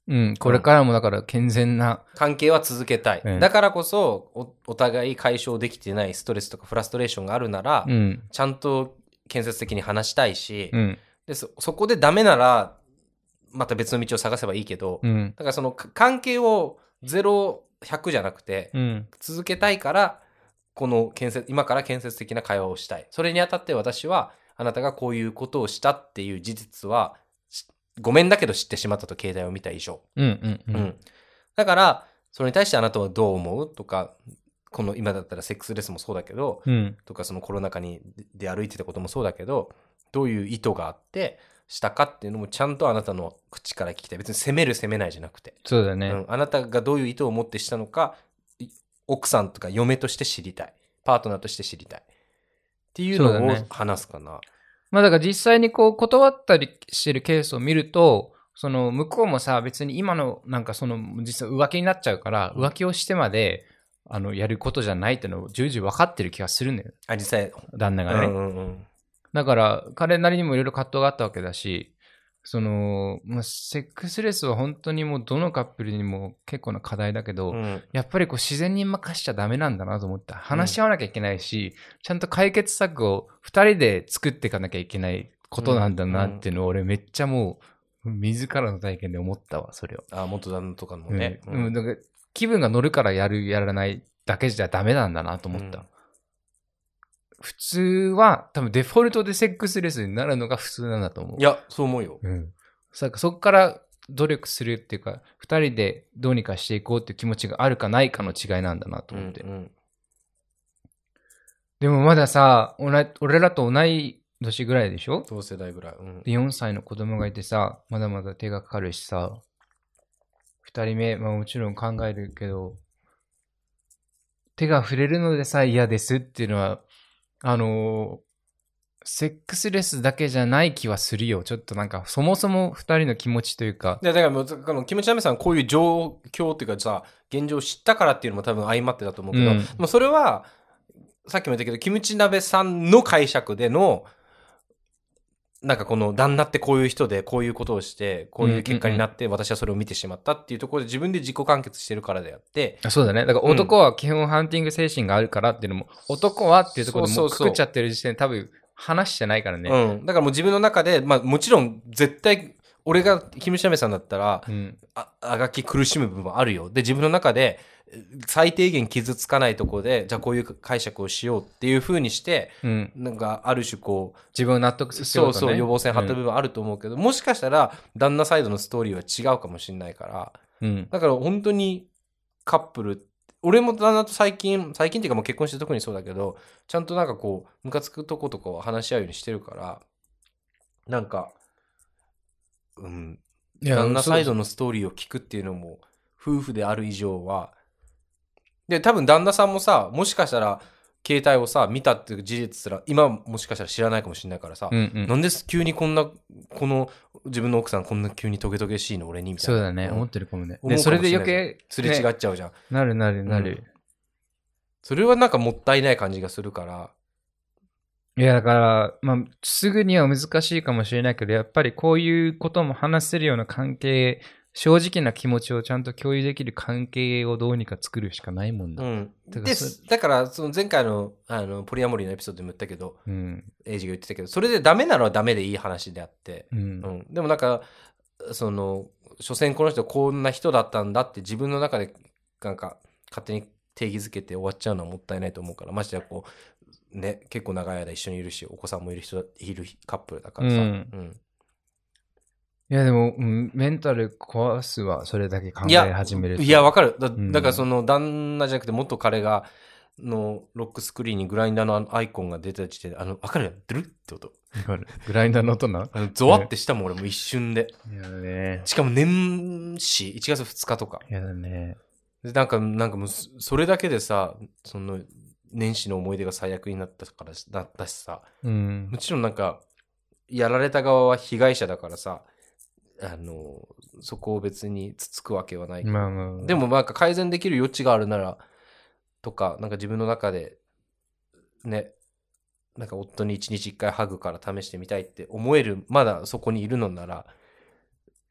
うん、これからもだから健全な、 うん、関係は続けたい、うん、だからこそ お, お互い解消できてないストレスとかフラストレーションがあるなら、うん、ちゃんと建設的に話したいし、うん、で そ, そこでダメならまた別の道を探せばいいけど、うん、だからその関係をゼロひゃくじゃなくて、うん、続けたいからこの建設今から建設的な会話をしたい。それにあたって私はあなたがこういうことをしたっていう事実はごめんだけど知ってしまったと携帯を見た以上、うんうんうんうん、だからそれに対してあなたはどう思うとか、この今だったらセックスレスもそうだけど、うん、とかそのコロナ禍にで歩いてたこともそうだけど、どういう意図があってしたかっていうのもちゃんとあなたの口から聞きたい。別に責める責めないじゃなくて、 そうだね、うん、 あなたがどういう意図を持ってしたのか奥さんとか嫁として知りたい、パートナーとして知りたいっていうのを話すかな。 まあだから実際にこう断ったりしてるケースを見ると、その向こうもさ別に今のなんかその実際浮気になっちゃうから浮気をしてまであのやることじゃないっていうのを重々分かってる気がするんだよ。 あ、実際旦那がね、うんうんうん、だから彼なりにもいろいろ葛藤があったわけだし、その、まあ、セックスレスは本当にもうどのカップルにも結構な課題だけど、うん、やっぱりこう自然に任しちゃダメなんだなと思った。話し合わなきゃいけないし、うん、ちゃんと解決策をふたりで作っていかなきゃいけないことなんだなっていうのを俺めっちゃもう自らの体験で思ったわ、それを。 あ、元旦那とかもね、 うんうん、だから気分が乗るからやるやらないだけじゃダメなんだなと思った、うん、普通は多分デフォルトでセックスレスになるのが普通なんだと思う。 いやそう思うよ、 うん、そこから努力するっていうかふたりでどうにかしていこうっていう気持ちがあるかないかの違いなんだなと思って、うんうん、でもまださ俺らと同い年ぐらいでしょ、 同世代ぐらい、うん、 でよんさいの子供がいてさまだまだ手がかかるしさ、ふたりめ、まあ、もちろん考えるけど手が触れるのでさえ嫌ですっていうのはあのー、セックスレスだけじゃない気はするよ。ちょっとなんかそもそもふたりの気持ちというか、 いやだからもうこのキムチラメさんこういう状況っていうかさ現状を知ったからっていうのも多分相まってだと思うけど、うん、もうそれはさっきも言ったけどキムチ鍋さんの解釈でのなんかこの旦那ってこういう人でこういうことをしてこういう結果になって私はそれを見てしまったっていうところで自分で自己完結してるからであって、 あ、そうだね。だから男は基本ハンティング精神があるからっていうのも、うん、男はっていうところでもうくくっちゃってる時点で多分話してないからね。 うん、だからもう自分の中で、まあ、もちろん絶対俺がキムチラメさんだったら、うん、ああがき苦しむ部分もあるよ。で自分の中で最低限傷つかないところでじゃあこういう解釈をしようっていう風にして、うん、なんかある種こう自分を納得させようと、ね、そうそう予防線張った部分あると思うけど、うん、もしかしたら旦那サイドのストーリーは違うかもしれないから、うん、だから本当にカップル俺も旦那と最近最近っていうかもう結婚して特にそうだけどちゃんとなんかこうムカつくとことかを話し合うようにしてるからなんかうん旦那サイドのストーリーを聞くっていうのも夫婦である以上はで多分旦那さんもさもしかしたら携帯をさ見たっていう事実すら今もしかしたら知らないかもしれないからさ、うんうん、なんで急にこんなこの自分の奥さんこんな急にトゲトゲしいの俺にみたいな。 そうだね、うん、思ってるかもね。でそれで余計すれ違っちゃうじゃん、ね、 なるなるなる、うん、 それはなんかもったいない感じがするから。 いやだから、まあ、すぐには難しいかもしれないけどやっぱりこういうことも話せるような関係正直な気持ちをちゃんと共有できる関係をどうにか作るしかないもんだ。うん、 だからだからその前回 の, あのポリアモリーのエピソードでも言ったけど、うん、エイジが言ってたけどそれでダメなのはダメでいい話であって、うんうん、でもなんかその所詮この人こんな人だったんだって自分の中でなんか勝手に定義づけて終わっちゃうのはもったいないと思うからましてやこうね結構長い間一緒にいるしお子さんもいる人いるカップルだからさ、うんうんいやでも、うん、メンタル壊すはそれだけ考え始めると。 いやわかる だ, だからその旦那じゃなくて元彼がのロックスクリーンにグラインダーのアイコンが出た時点であのわかるドゥルって音わかるグラインダーの音なあのゾワってしたもん、ね、俺も一瞬でいやねしかも年始いちがつふつかとかいやだねでなんかなんかもうそれだけでさその年始の思い出が最悪になったからだったしさ、うん、もちろんなんかやられた側は被害者だからさあのそこを別につつくわけはないけど、まあまあまあ、でもなんか改善できる余地があるならとかなんか自分の中でねなんか夫に一日一回ハグから試してみたいって思えるまだそこにいるのなら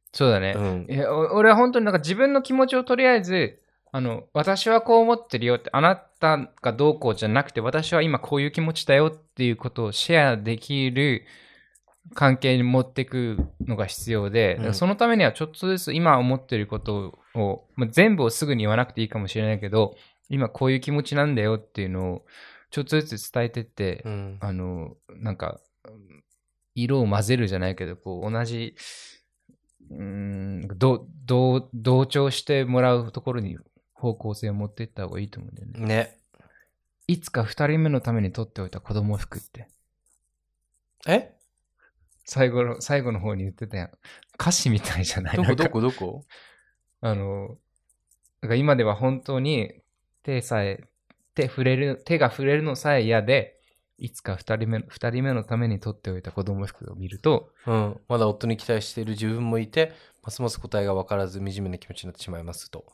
そうだね。 うん、 いや俺は本当になんか自分の気持ちをとりあえず、あの、私はこう思ってるよって、あなたがどうこうじゃなくて、私は今こういう気持ちだよっていうことをシェアできる関係に持っていくのが必要で、うん、そのためにはちょっとずつ今思ってることを、まあ、全部をすぐに言わなくていいかもしれないけど、今こういう気持ちなんだよっていうのをちょっとずつ伝えてって、うん、あの、なんか、色を混ぜるじゃないけど、こう同じ、うーん、同調してもらうところに方向性を持っていった方がいいと思うんだよね。 ね。 いつか二人目のために取っておいた子供服って。 え最後の、最後の方に言ってたやん。歌詞みたいじゃない？ どこどこどこ？ あの、だから今では本当に手さえ、手触れる、手が触れるのさえ嫌で、いつか二人目、二人目のために取っておいた子供服を見ると、 うん、まだ夫に期待している自分もいて、ますます答えが分からず惨めな気持ちになってしまいますと。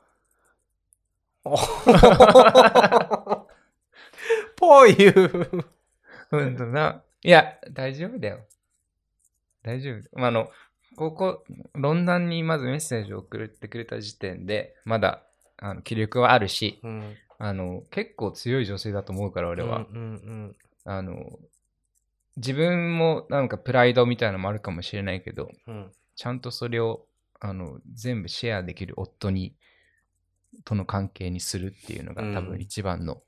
ぽい言ほんとな。いや、大丈夫だよ。大丈夫。まあ、あの、ここ、論壇にまずメッセージを送ってくれた時点で、まだ、あの気力はあるし、うん、あの、結構強い女性だと思うから、俺は。うんうんうん、あの、自分もなんかプライドみたいなのもあるかもしれないけど、うん、ちゃんとそれを、あの、全部シェアできる夫に、との関係にするっていうのが多分一番の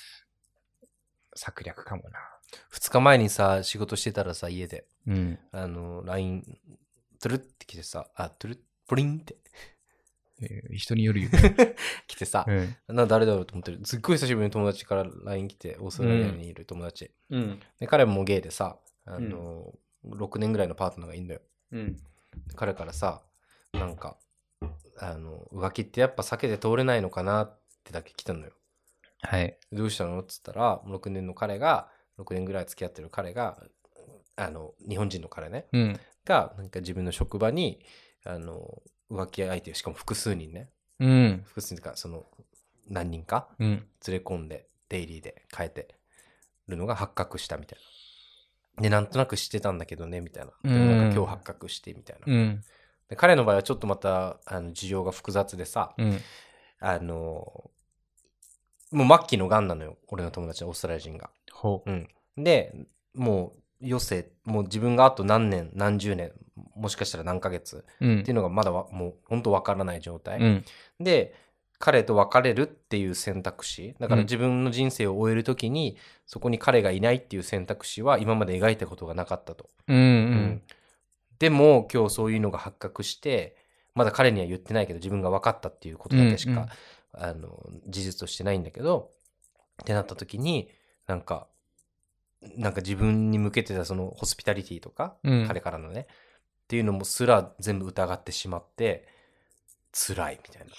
策略かもな。 ふつかまえにさ、仕事してたらさ、家で、うん、あの、ライン、トゥルって来てさ、あ、トゥルプリンって。 えー、人によるよ。 来てさ、うん、な誰だろうと思ってる。すっごい久しぶりに友達から ライン 来て、オーストラリアにいる友達。うん、で彼もゲイでさ、あの、うん、ろくねんぐらいのパートナーがいるんだよ。うん、彼からさ、なんか、あの、浮気ってやっぱ避けて通れないのかなってだけ来たのよ。 はい。 どうしたのっつったら、ろくねんの彼が、ろくねんぐらい付き合ってる彼が、あの、日本人の彼ね、うん、が、なんか自分の職場に、あの、浮気相手、しかも複数人ね、うん、複数人か、その、何人か、うん、連れ込んで、デイリーで変えてるのが発覚したみたいな。で、なんとなく知ってたんだけどね、みたいな。でもなんか今日発覚して、みたいな。うんで彼の場合はちょっとまたあの事情が複雑でさ、うん、あのもう末期のがんなのよ、俺の友達のオーストラリア人が。ほう、うん、でもう余生、もう自分があと何年何十年もしかしたら何ヶ月、うん、っていうのがまだわもう本当わからない状態、うん、で彼と別れるっていう選択肢だから自分の人生を終えるときに、うん、そこに彼がいないっていう選択肢は今まで描いたことがなかったと。うんうんうんでも今日そういうのが発覚してまだ彼には言ってないけど自分が分かったっていうことだけしか、うんうん、あの事実としてないんだけどってなった時になんかなんか自分に向けてたそのホスピタリティとか、うん、彼からのねっていうのもすら全部疑ってしまって辛いみたいな。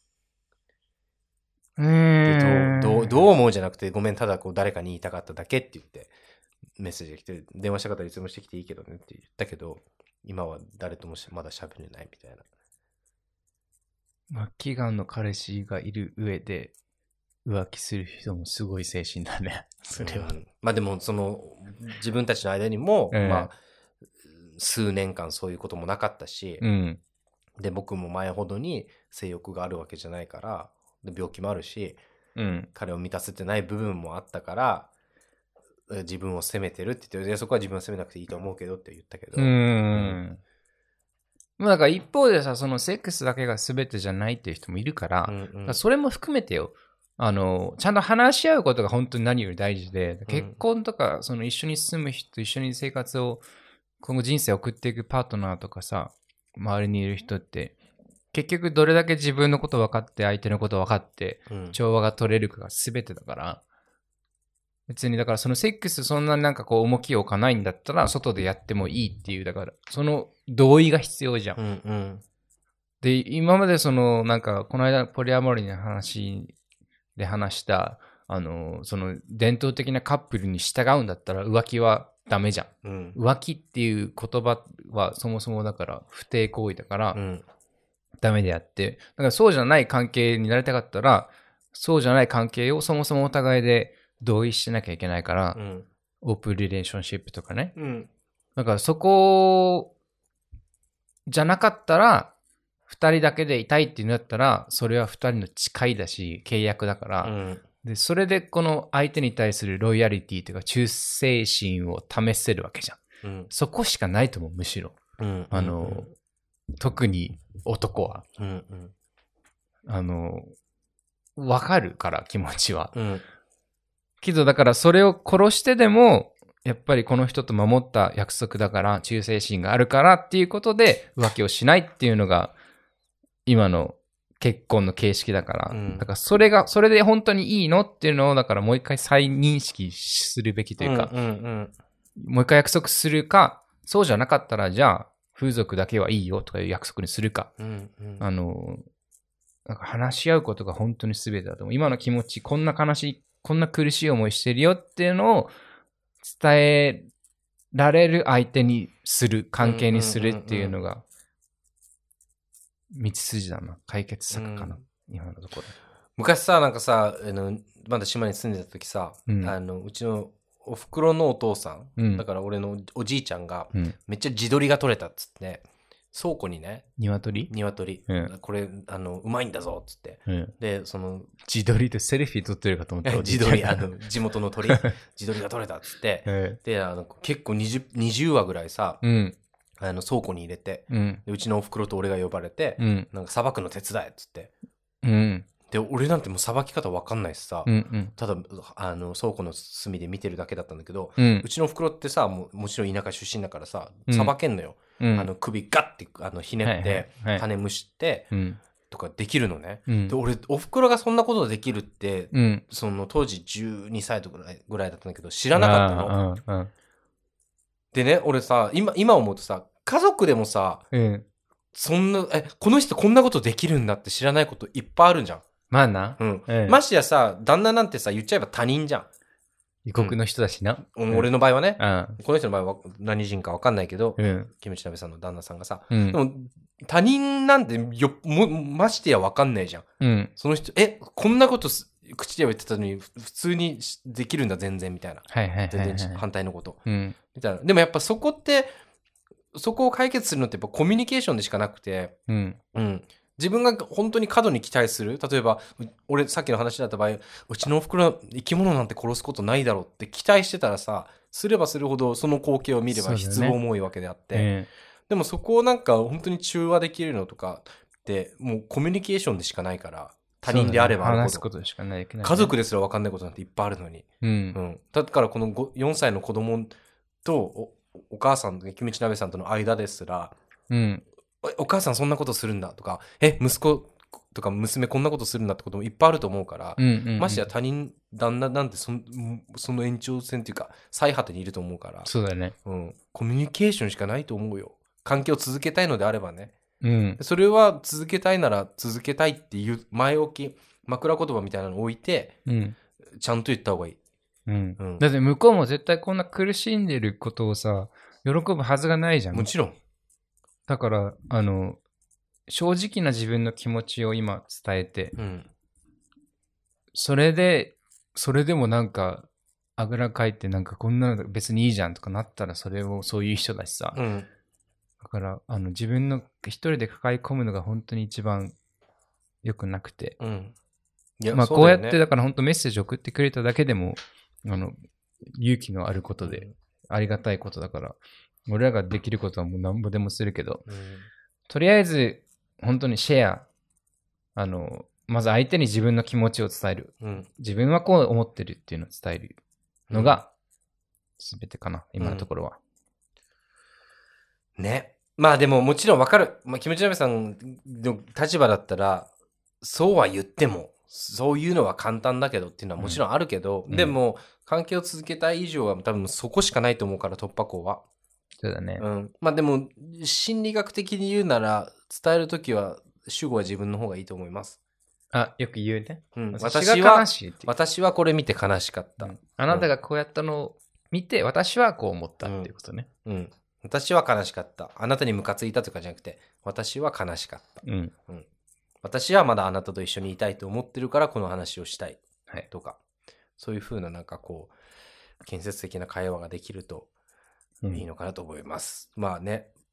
うーんどう、どう、どう思うじゃなくてごめんただこう誰かに言いたかっただけって言ってメッセージが来て電話した方いつもしてきていいけどねって言ったけど今は誰ともまだ喋れないみたいな。末期がんの彼氏がいる上で浮気する人もすごい精神だね。それは、うん、 まあでもその自分たちの間にも、えー、まあ数年間そういうこともなかったし、うん、で僕も前ほどに性欲があるわけじゃないからで病気もあるし、うん、彼を満たせてない部分もあったから自分を責めてるって言ってそこは自分を責めなくていいと思うけどって言ったけど。うーん。うんまあだから一方でさ、そのセックスだけが全てじゃないっていう人もいるから、うんうん、からそれも含めてよ。あの、ちゃんと話し合うことが本当に何より大事で、結婚とか、その一緒に住む人、一緒に生活を、今後人生を送っていくパートナーとかさ、周りにいる人って、結局どれだけ自分のこと分かって、相手のこと分かって、調和が取れるかが全てだから、別にだからそのセックスそんななんかこう重きを置かないんだったら外でやってもいいっていうだからその同意が必要じゃん、うんうん、で今までそのなんかこの間ポリアモリーの話で話したあのその伝統的なカップルに従うんだったら浮気はダメじゃん、うん、浮気っていう言葉はそもそもだから不貞行為だから、うん、ダメであってだからそうじゃない関係になりたかったらそうじゃない関係をそもそもお互いで同意しなきゃいけないから、うん、オープンリレーションシップとかね、うん、だからそこじゃなかったら、二人だけでいたいっていうんだったら、それは二人の誓いだし、契約だから、うん、で、それでこの相手に対するロイヤリティというか、忠誠心を試せるわけじゃん。うん、そこしかないと思う、むしろ。うん、あの、うん、特に男は。うんうん、あの、わかるから、気持ちは。うん、けど、だからそれを殺してでも、やっぱりこの人と守った約束だから、忠誠心があるからっていうことで浮気をしないっていうのが、今の結婚の形式だから、うん、だからそれが、それで本当にいいのっていうのを、だからもう一回再認識するべきというか、うんうんうん、もう一回約束するか、そうじゃなかったら、じゃあ、風俗だけはいいよとかいう約束にするか、うんうん、あの、なんか話し合うことが本当に全てだと思う。今の気持ち、こんな悲しい、こんな苦しい思いしてるよっていうのを伝えられる相手にする、関係にするっていうのが、道筋だな。解決策かな、うん、今のところ。 昔さ、なんかさ、あのまだ島に住んでた時さ、うん、あのうちのお袋のお父さん、うん、だから俺のおじいちゃんが、うん、めっちゃ地鶏が取れたっつって、倉庫にね、 鶏鶏、うん、これあのうまいんだぞっつって、うん、でその地鶏ってセルフィー撮ってるかと思った地鶏、あの地元の鳥地鶏が取れたっつって、うん、であの結構 20, 20羽ぐらいさ、うん、あの倉庫に入れて、うん、でうちのお袋と俺が呼ばれて、うん、なんかさばくの手伝えっつって、うん、で俺なんてもうさばき方わかんないしさ、うんうん、ただあの倉庫の隅で見てるだけだったんだけど、うん、うちのお袋ってさ も, もちろん田舎出身だからささばけんのよ、うん、あの首ガッてあのひねって、はいはいはい、種蒸して、うん、とかできるのね、うん、で俺お袋がそんなことできるって、うん、その当時じゅうにさいぐらいぐらいだったんだけど知らなかったの、うん、でね俺さ 今, 今思うとさ家族でもさ、うん、そんなえこの人こんなことできるんだって知らないこといっぱいあるじゃん。 まあな、 うんええ、ましてやさ旦那なんてさ言っちゃえば他人じゃん。 異国の人だしな、 うん、俺の場合はね、うん、この人の場合は何人か分かんないけど、うん、キムチ鍋さんの旦那さんがさ、うん、でも他人なんてよもましてや分かんないじゃん、うん、その人えこんなこと口では言ってたのに普通にできるんだ全然みたいな、はいはいはいはい、全然反対のこと、うん、みたいな。でもやっぱそこってそこを解決するのってやっぱコミュニケーションでしかなくて、うんうん、自分が本当に過度に期待する、例えば俺さっきの話だった場合うちのおふくろ生き物なんて殺すことないだろうって期待してたらさすればするほどその光景を見れば失望重いわけであって、ねえー、でもそこをなんか本当に中和できるのとかってもうコミュニケーションでしかないから他人であればあるほど、 話すことしかない、ね、 家族ですら分かんないことなんていっぱいあるのに、うんうん、だからこのよんさいの子供と お, お母さんキムチ鍋さんとの間ですら、うんお母さんそんなことするんだとかえ息子とか娘こんなことするんだってこともいっぱいあると思うから、うんうんうん、ましてや他人旦那なんて そ, その延長線っていうか最果てにいると思うから、 そうだね、 うん、コミュニケーションしかないと思うよ。関係を続けたいのであればね、うん、それは続けたいなら続けたいっていう前置き枕言葉みたいなのを置いて、うん、ちゃんと言った方がいい、 うんうん、だって向こうも絶対こんな苦しんでることをさ喜ぶはずがないじゃん。 もちろんだからあの正直な自分の気持ちを今伝えて、うん、それでそれでもなんかあぐらかいてなんかこんなの別にいいじゃんとかなったらそれをそういう人だしさ、うん、だからあの自分の一人で抱え込むのが本当に一番良くなくて、うん、いやまあこうやってだから本当メッセージ送ってくれただけでもあの勇気のあることでありがたいことだから、俺らができることはもう何ぼでもするけど、うん、とりあえず本当にシェア、あのまず相手に自分の気持ちを伝える、うん、自分はこう思ってるっていうのを伝えるのが全てかな、うん、今のところは、 うん、ね。まあでももちろん分かる、まあ、キムチ鍋さんの立場だったらそうは言ってもそういうのは簡単だけどっていうのはもちろんあるけど、うん、でも関係を続けたい以上は多分そこしかないと思うから突破口は。 そうだね。 うん。まあでも心理学的に言うなら伝えるときは主語は自分の方がいいと思います。 あ、よく言うね。 うん、私が悲しいって。私はこれ見て悲しかった、うん。 あなたがこうやったのを見て、うん、私はこう思ったっていうことね。 うん。うん、私は悲しかった。あなたにムカついたとかじゃなくて、私は悲しかった。うん。うん、私はまだあなたと一緒にいたいと思ってるからこの話をしたいとか、はい、そういう風ななんかこう建設的な会話ができるといいのかなと思います。うん、まあね、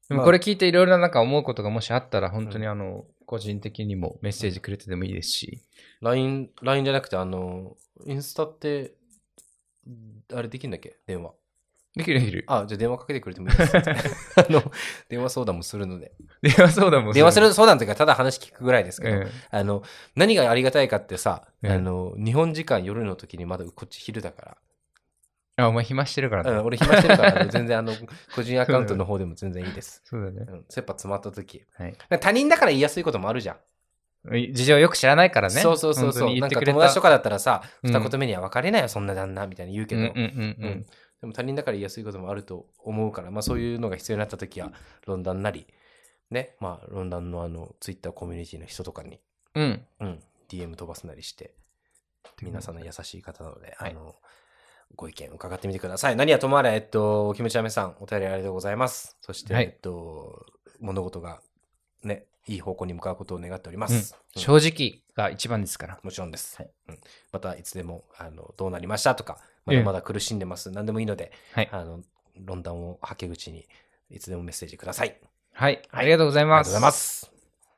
でもこれ聞いていろいろなんか思うことがもしあったら、本当にあの、うん、個人的にもメッセージくれてでもいいですし。 ライン、ライン じゃなくて、あの、インスタって、あれできるんだっけ電話。 できるできる。 あ、じゃあ電話かけてくれてもいいですかあの、電話相談もするので。 電話相談もする。 電話する相談というか、ただ話聞くぐらいですけど、ええ、あの、何がありがたいかってさ、ええ、あの、日本時間夜の時にまだこっち昼だから。 あ、お前暇してるからね。 うん、俺暇してるから、全然あの、個人アカウントの方でも全然いいです。 そうだね。 うん、切羽詰まった時。 はい。 他人だから言いやすいこともあるじゃん。 事情よく知らないからね。 そうそうそうそう。なんか友達とかだったらさ、うん、二言目には別れないよ、そんな旦那、みたいに言うけど。うんうんうんうんうんでも他人だから言いやすいこともあると思うから、まあそういうのが必要になった時は、論壇なり、ね、まあ論壇のあの、ツイッターコミュニティの人とかに、 うん、 うん、ディーエム 飛ばすなりして、皆さんの優しい方なので、はい、あの、ご意見伺ってみてください。何はともあれ、えっと、キムチャメさん、お便りありがとうございます。そして、はい、えっと、物事が、ね、いい方向に向かうことを願っております。 うん、正直が一番ですから。 もちろんです。はいうん、またいつでも、あの、どうなりましたとか、まだまだ苦しんでます。うん、何でもいいので、 はい、 あの、論壇をはけ口に、いつでもメッセージください。 はい。ありがとうございます。 ありがとうございます。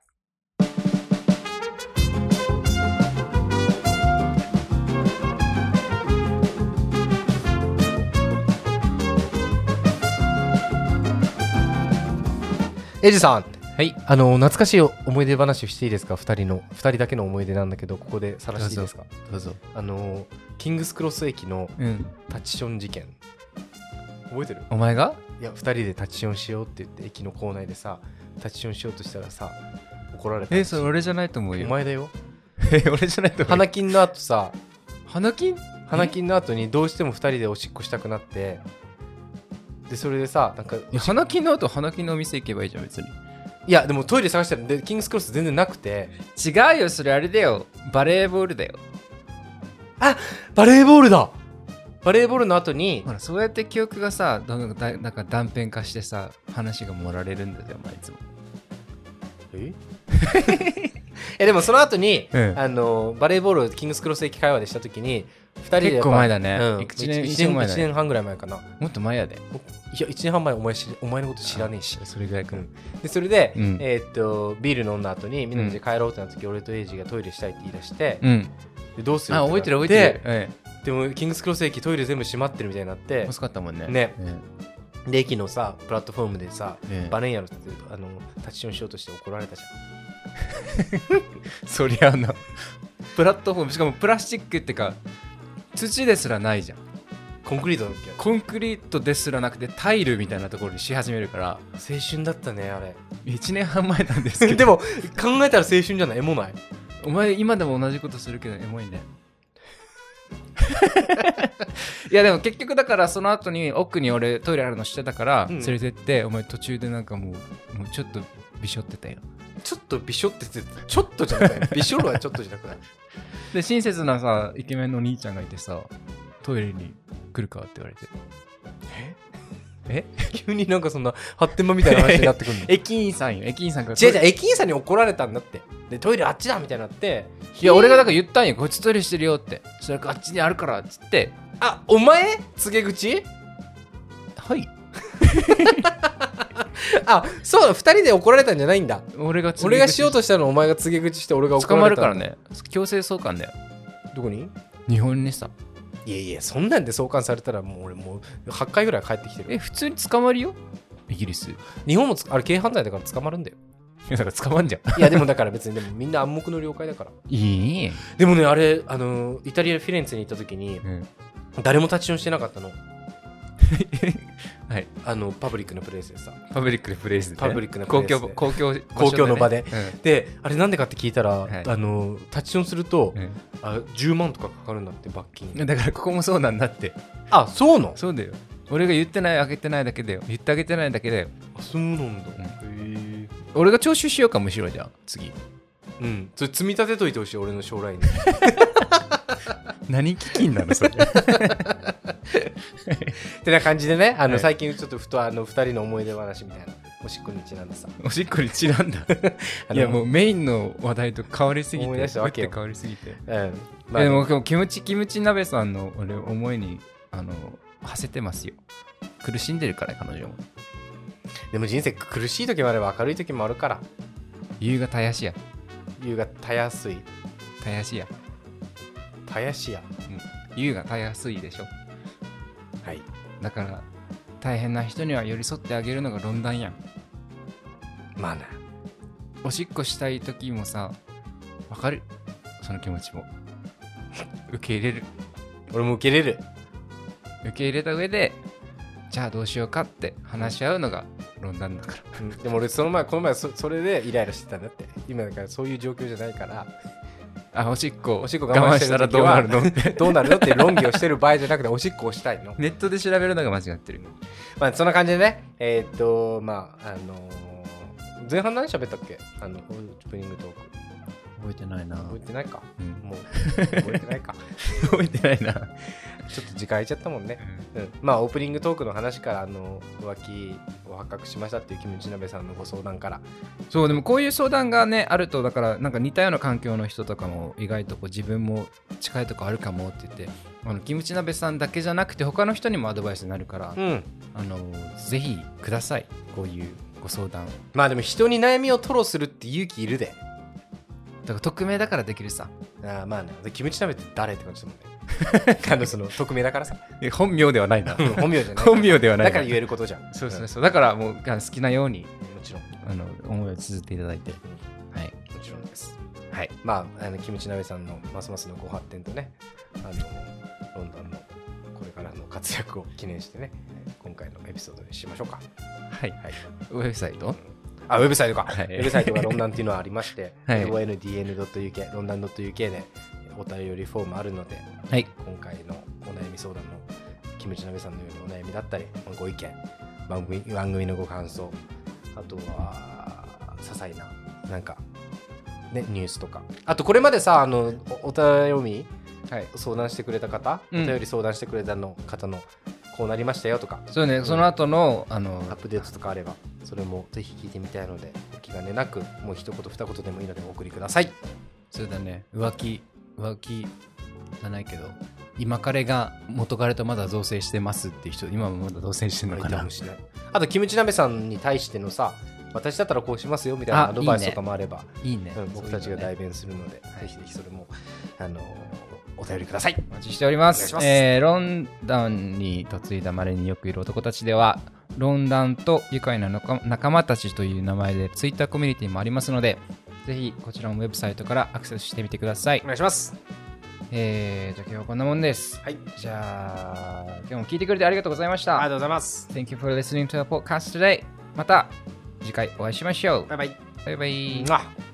エイジさん。 はい。 あの、懐かしい思い出話をしていいですか？二人の、二人だけの思い出なんだけど、ここでさらしていいですか？ どうぞ。 あの、キングスクロス駅のタッチション事件。うん、覚えてる？ お前が？ いや、二人でタッチションしようって言って、駅の構内でさ、タッチションしようとしたらさ、怒られた。 え、それ俺じゃないと思うよ。 お前だよ。 え、俺じゃないと思うよ。 花金の後さ、 花金？ 花金の後にどうしても二人でおしっこしたくなって、で、それでさ、なんか、 花金の後、花金のお店行けばいいじゃん、別に。 いやでもトイレ探したらでキングスクロス全然なくて。 違うよ、それあれだよ、バレーボールだよ。 あ、バレーボールだ。バレーボールの後にほら、そうやって記憶がさ、なんかなんか断片化してさ、話が盛られるんだよ、お前いつも。 ええでもその後に、 うん、 あのバレーボールキングスクロス駅会話でした時にふたりで結構前だね、 うん、いちねん、いちねん、いちねんはんぐらい前かな。 もっと前やで。 いやいちねんはん前お前しお前のこと知らねえし。 それぐらいか、 うん、でそれで、 うん、 えー、っとビール飲んだ後にみんなで帰ろうってなった時、うん、俺とエイジがトイレしたいって言い出して、 うん、 でどうする？ あ、覚えてる覚えてる、 ええ、でもキングスクロス駅トイレ全部閉まってるみたいになって、 欲しかったもんね。 ね、 ええ、で駅のさプラットフォームでさ、ええ、バレンやろってあのタッチションしようとして怒られたじゃん。 そりゃな、プラットフォームしかもプラスチックってか土ですらないじゃん。 コンクリートだっけ？ コンクリートですらなくてタイルみたいなところにし始めるから。 青春だったねあれ。 いちねんはん前なんですけどでも考えたら青春じゃない？エモない？ お前今でも同じことするけどエモいね。いやでも結局だからその後に奥に俺トイレあるの知ってたから連れてって、うん、お前途中でなんかもう、もうちょっとびしょってたよ。 ちょっとびしょって言ってちょっとじゃなくない？びしょるはちょっとじゃなくない？ で親切なさイケメンの兄ちゃんがいてさ、トイレに来るかって言われて、 ええ急になんかそんな発展場みたいな話になってくるの？ 駅員さんよ、駅員さんから違う違う、駅員さんに怒られたんだって。でトイレあっちだみたいになって、 いや俺がだから言ったんよ、こいつトイレしてるよって。それからあっちにあるからっつって。 あ、お前告げ口？ はいあ、そうだ、ふたりで怒られたんじゃないんだ。 俺が俺がしようとしたのをお前が告げ口して俺が怒られた。 捕まるからね、強制送還だよ。 どこに？ 日本にさ。 いやいや、そんなんで送還されたらもう俺もうはちかいぐらい帰ってきてる。 え、普通に捕まるよイギリス。 日本もあれ軽犯罪だから捕まるんだよ。 いやだから捕まんじゃん。 いやでもだから別にでもみんな暗黙の了解だから。 いい。 でもねあれあのイタリアフィレンツェに行った時に、うん、誰もタッチションしてなかったの。はい、あのパブリックなプレイスでさ、 パブリックなプレイスで、ね、 パブリックなプレイスで公共公共公共の場で、 うん、 であれなんでかって聞いたら、 はい、 あのタッチションすると、うん、あじゅうまんとかかかるんだって罰金。 だからここもそうなんだって。 あ、そうの？ そうだよ。俺が言ってないあげてないだけだよ。言ってあげてないだけだよ。 あ、そうなんだ。うん、へえ。俺が徴収しようかむしろじゃあ次。 うん。それ積み立てといてほしい俺の将来に。 何基金なのそれ。 ってな感じでね、あの、はい、最近ちょっとふとあのふたりの思い出話みたいな、おしっこにちなんでさ。 おしっこにちなんだ。いやもうメインの話題と変わりすぎて、 思い出したわけよ。 変わりすぎて。 うん。 まあ、でも今日キムチキムチ鍋さんの俺思いにあの馳せてますよ。苦しんでるから彼女も。 でも人生苦しい時もあれば明るい時もあるから。 優がたやしや。 優がたやすい。 たやしや。 たやしや。 うん。優がたやすいでしょ。 はい。 だから大変な人には寄り添ってあげるのが論談やん。 まあな。 おしっこしたい時もさ、わかる。その気持ちも。受け入れる。 俺も受け入れる。 受け入れた上で、じゃあどうしようかって話し合うのが論談だから、 うん、でも俺その前この前 そ, それでイライラしてたんだって。今だからそういう状況じゃないから。 あ、おしっこおしっこ我慢したらどうなるのどうなるのって論議をしてる場合じゃなくて、おしっこをしたいの。 ネットで調べるのが間違ってる。 まあそんな感じでね、えー、っとまああのー、前半何喋ったっけ、あのオープニングトーク。 覚えてないな。 覚えてないか、 うん、 もう覚えてないか覚えてないな。 ちょっと時間空いちゃったもんね、うんうん、まあオープニングトークの話から、あの浮気を発覚しましたっていうキムチ鍋さんのご相談から。 そう、でもこういう相談がねあると、だからなんか似たような環境の人とかも意外とこう自分も近いとこあるかもって言って、あのキムチ鍋さんだけじゃなくて他の人にもアドバイスになるから、 うん、 あのぜひください、こういうご相談。 まあでも人に悩みを吐露するって勇気いるで。 だから匿名だからできるさ。 ああまあね、キムチ鍋って誰って感じだもんね。あのその匿名だからさ。 本名ではないな。 本名じゃない。 本名ではない。 だから言えることじゃん。 そうそうそう。だからもう好きなように、もちろんあの思いを綴っていただいて、 うん、はい、もちろんです。 はい。 まああのキムチ鍋さんのますますのご発展とね、あのロンドンのこれからの活躍を記念してね、今回のエピソードにしましょうか。 はい。はい、ウェブサイト。 あ、ウェブサイトか、 はい、 ウェブサイトがロンダンっていうのはありまして、 はい、 ロンダンドットユーケー ロンダンドットユーケー でお便りフォームあるので、 はい、 今回のお悩み相談のキムチ鍋さんのようにお悩みだったりご意見、番組、番組のご感想、あとは些細ななんか、ね、ニュースとか、あとこれまでさ、あの お, お便り、はい、相談してくれた方、うん、お便り相談してくれたの方のこうなりましたよとか、 そうね、その後の、あのアップデートとかあればそれもぜひ聞いてみたいので、お気兼ねなくもう一言二言でもいいのでお送りください。 そうだね、浮気浮気じゃないけど、今彼が元彼とまだ同棲してますっていう人、今もまだ同棲してるのかな。 あとキムチ鍋さんに対してのさ、私だったらこうしますよみたいなアドバイスとかもあればいいね、 うん、僕たちが代弁するので、ぜひぜひそれもあのーお便りください。 お待ちしております。えー、ロンダンに嫁いだ稀によくいる男たちでは、ロンダンと愉快な仲間たちという名前でツイッターコミュニティもありますので、ぜひこちらのウェブサイトからアクセスしてみてください。 お願いします。 えー、じゃあ今日はこんなもんです。 はい。 じゃあ今日も聞いてくれてありがとうございました。 ありがとうございます。 Thank you for listening to our podcast today. また次回お会いしましょう。 バイバイ。 バイバイ。 うわ。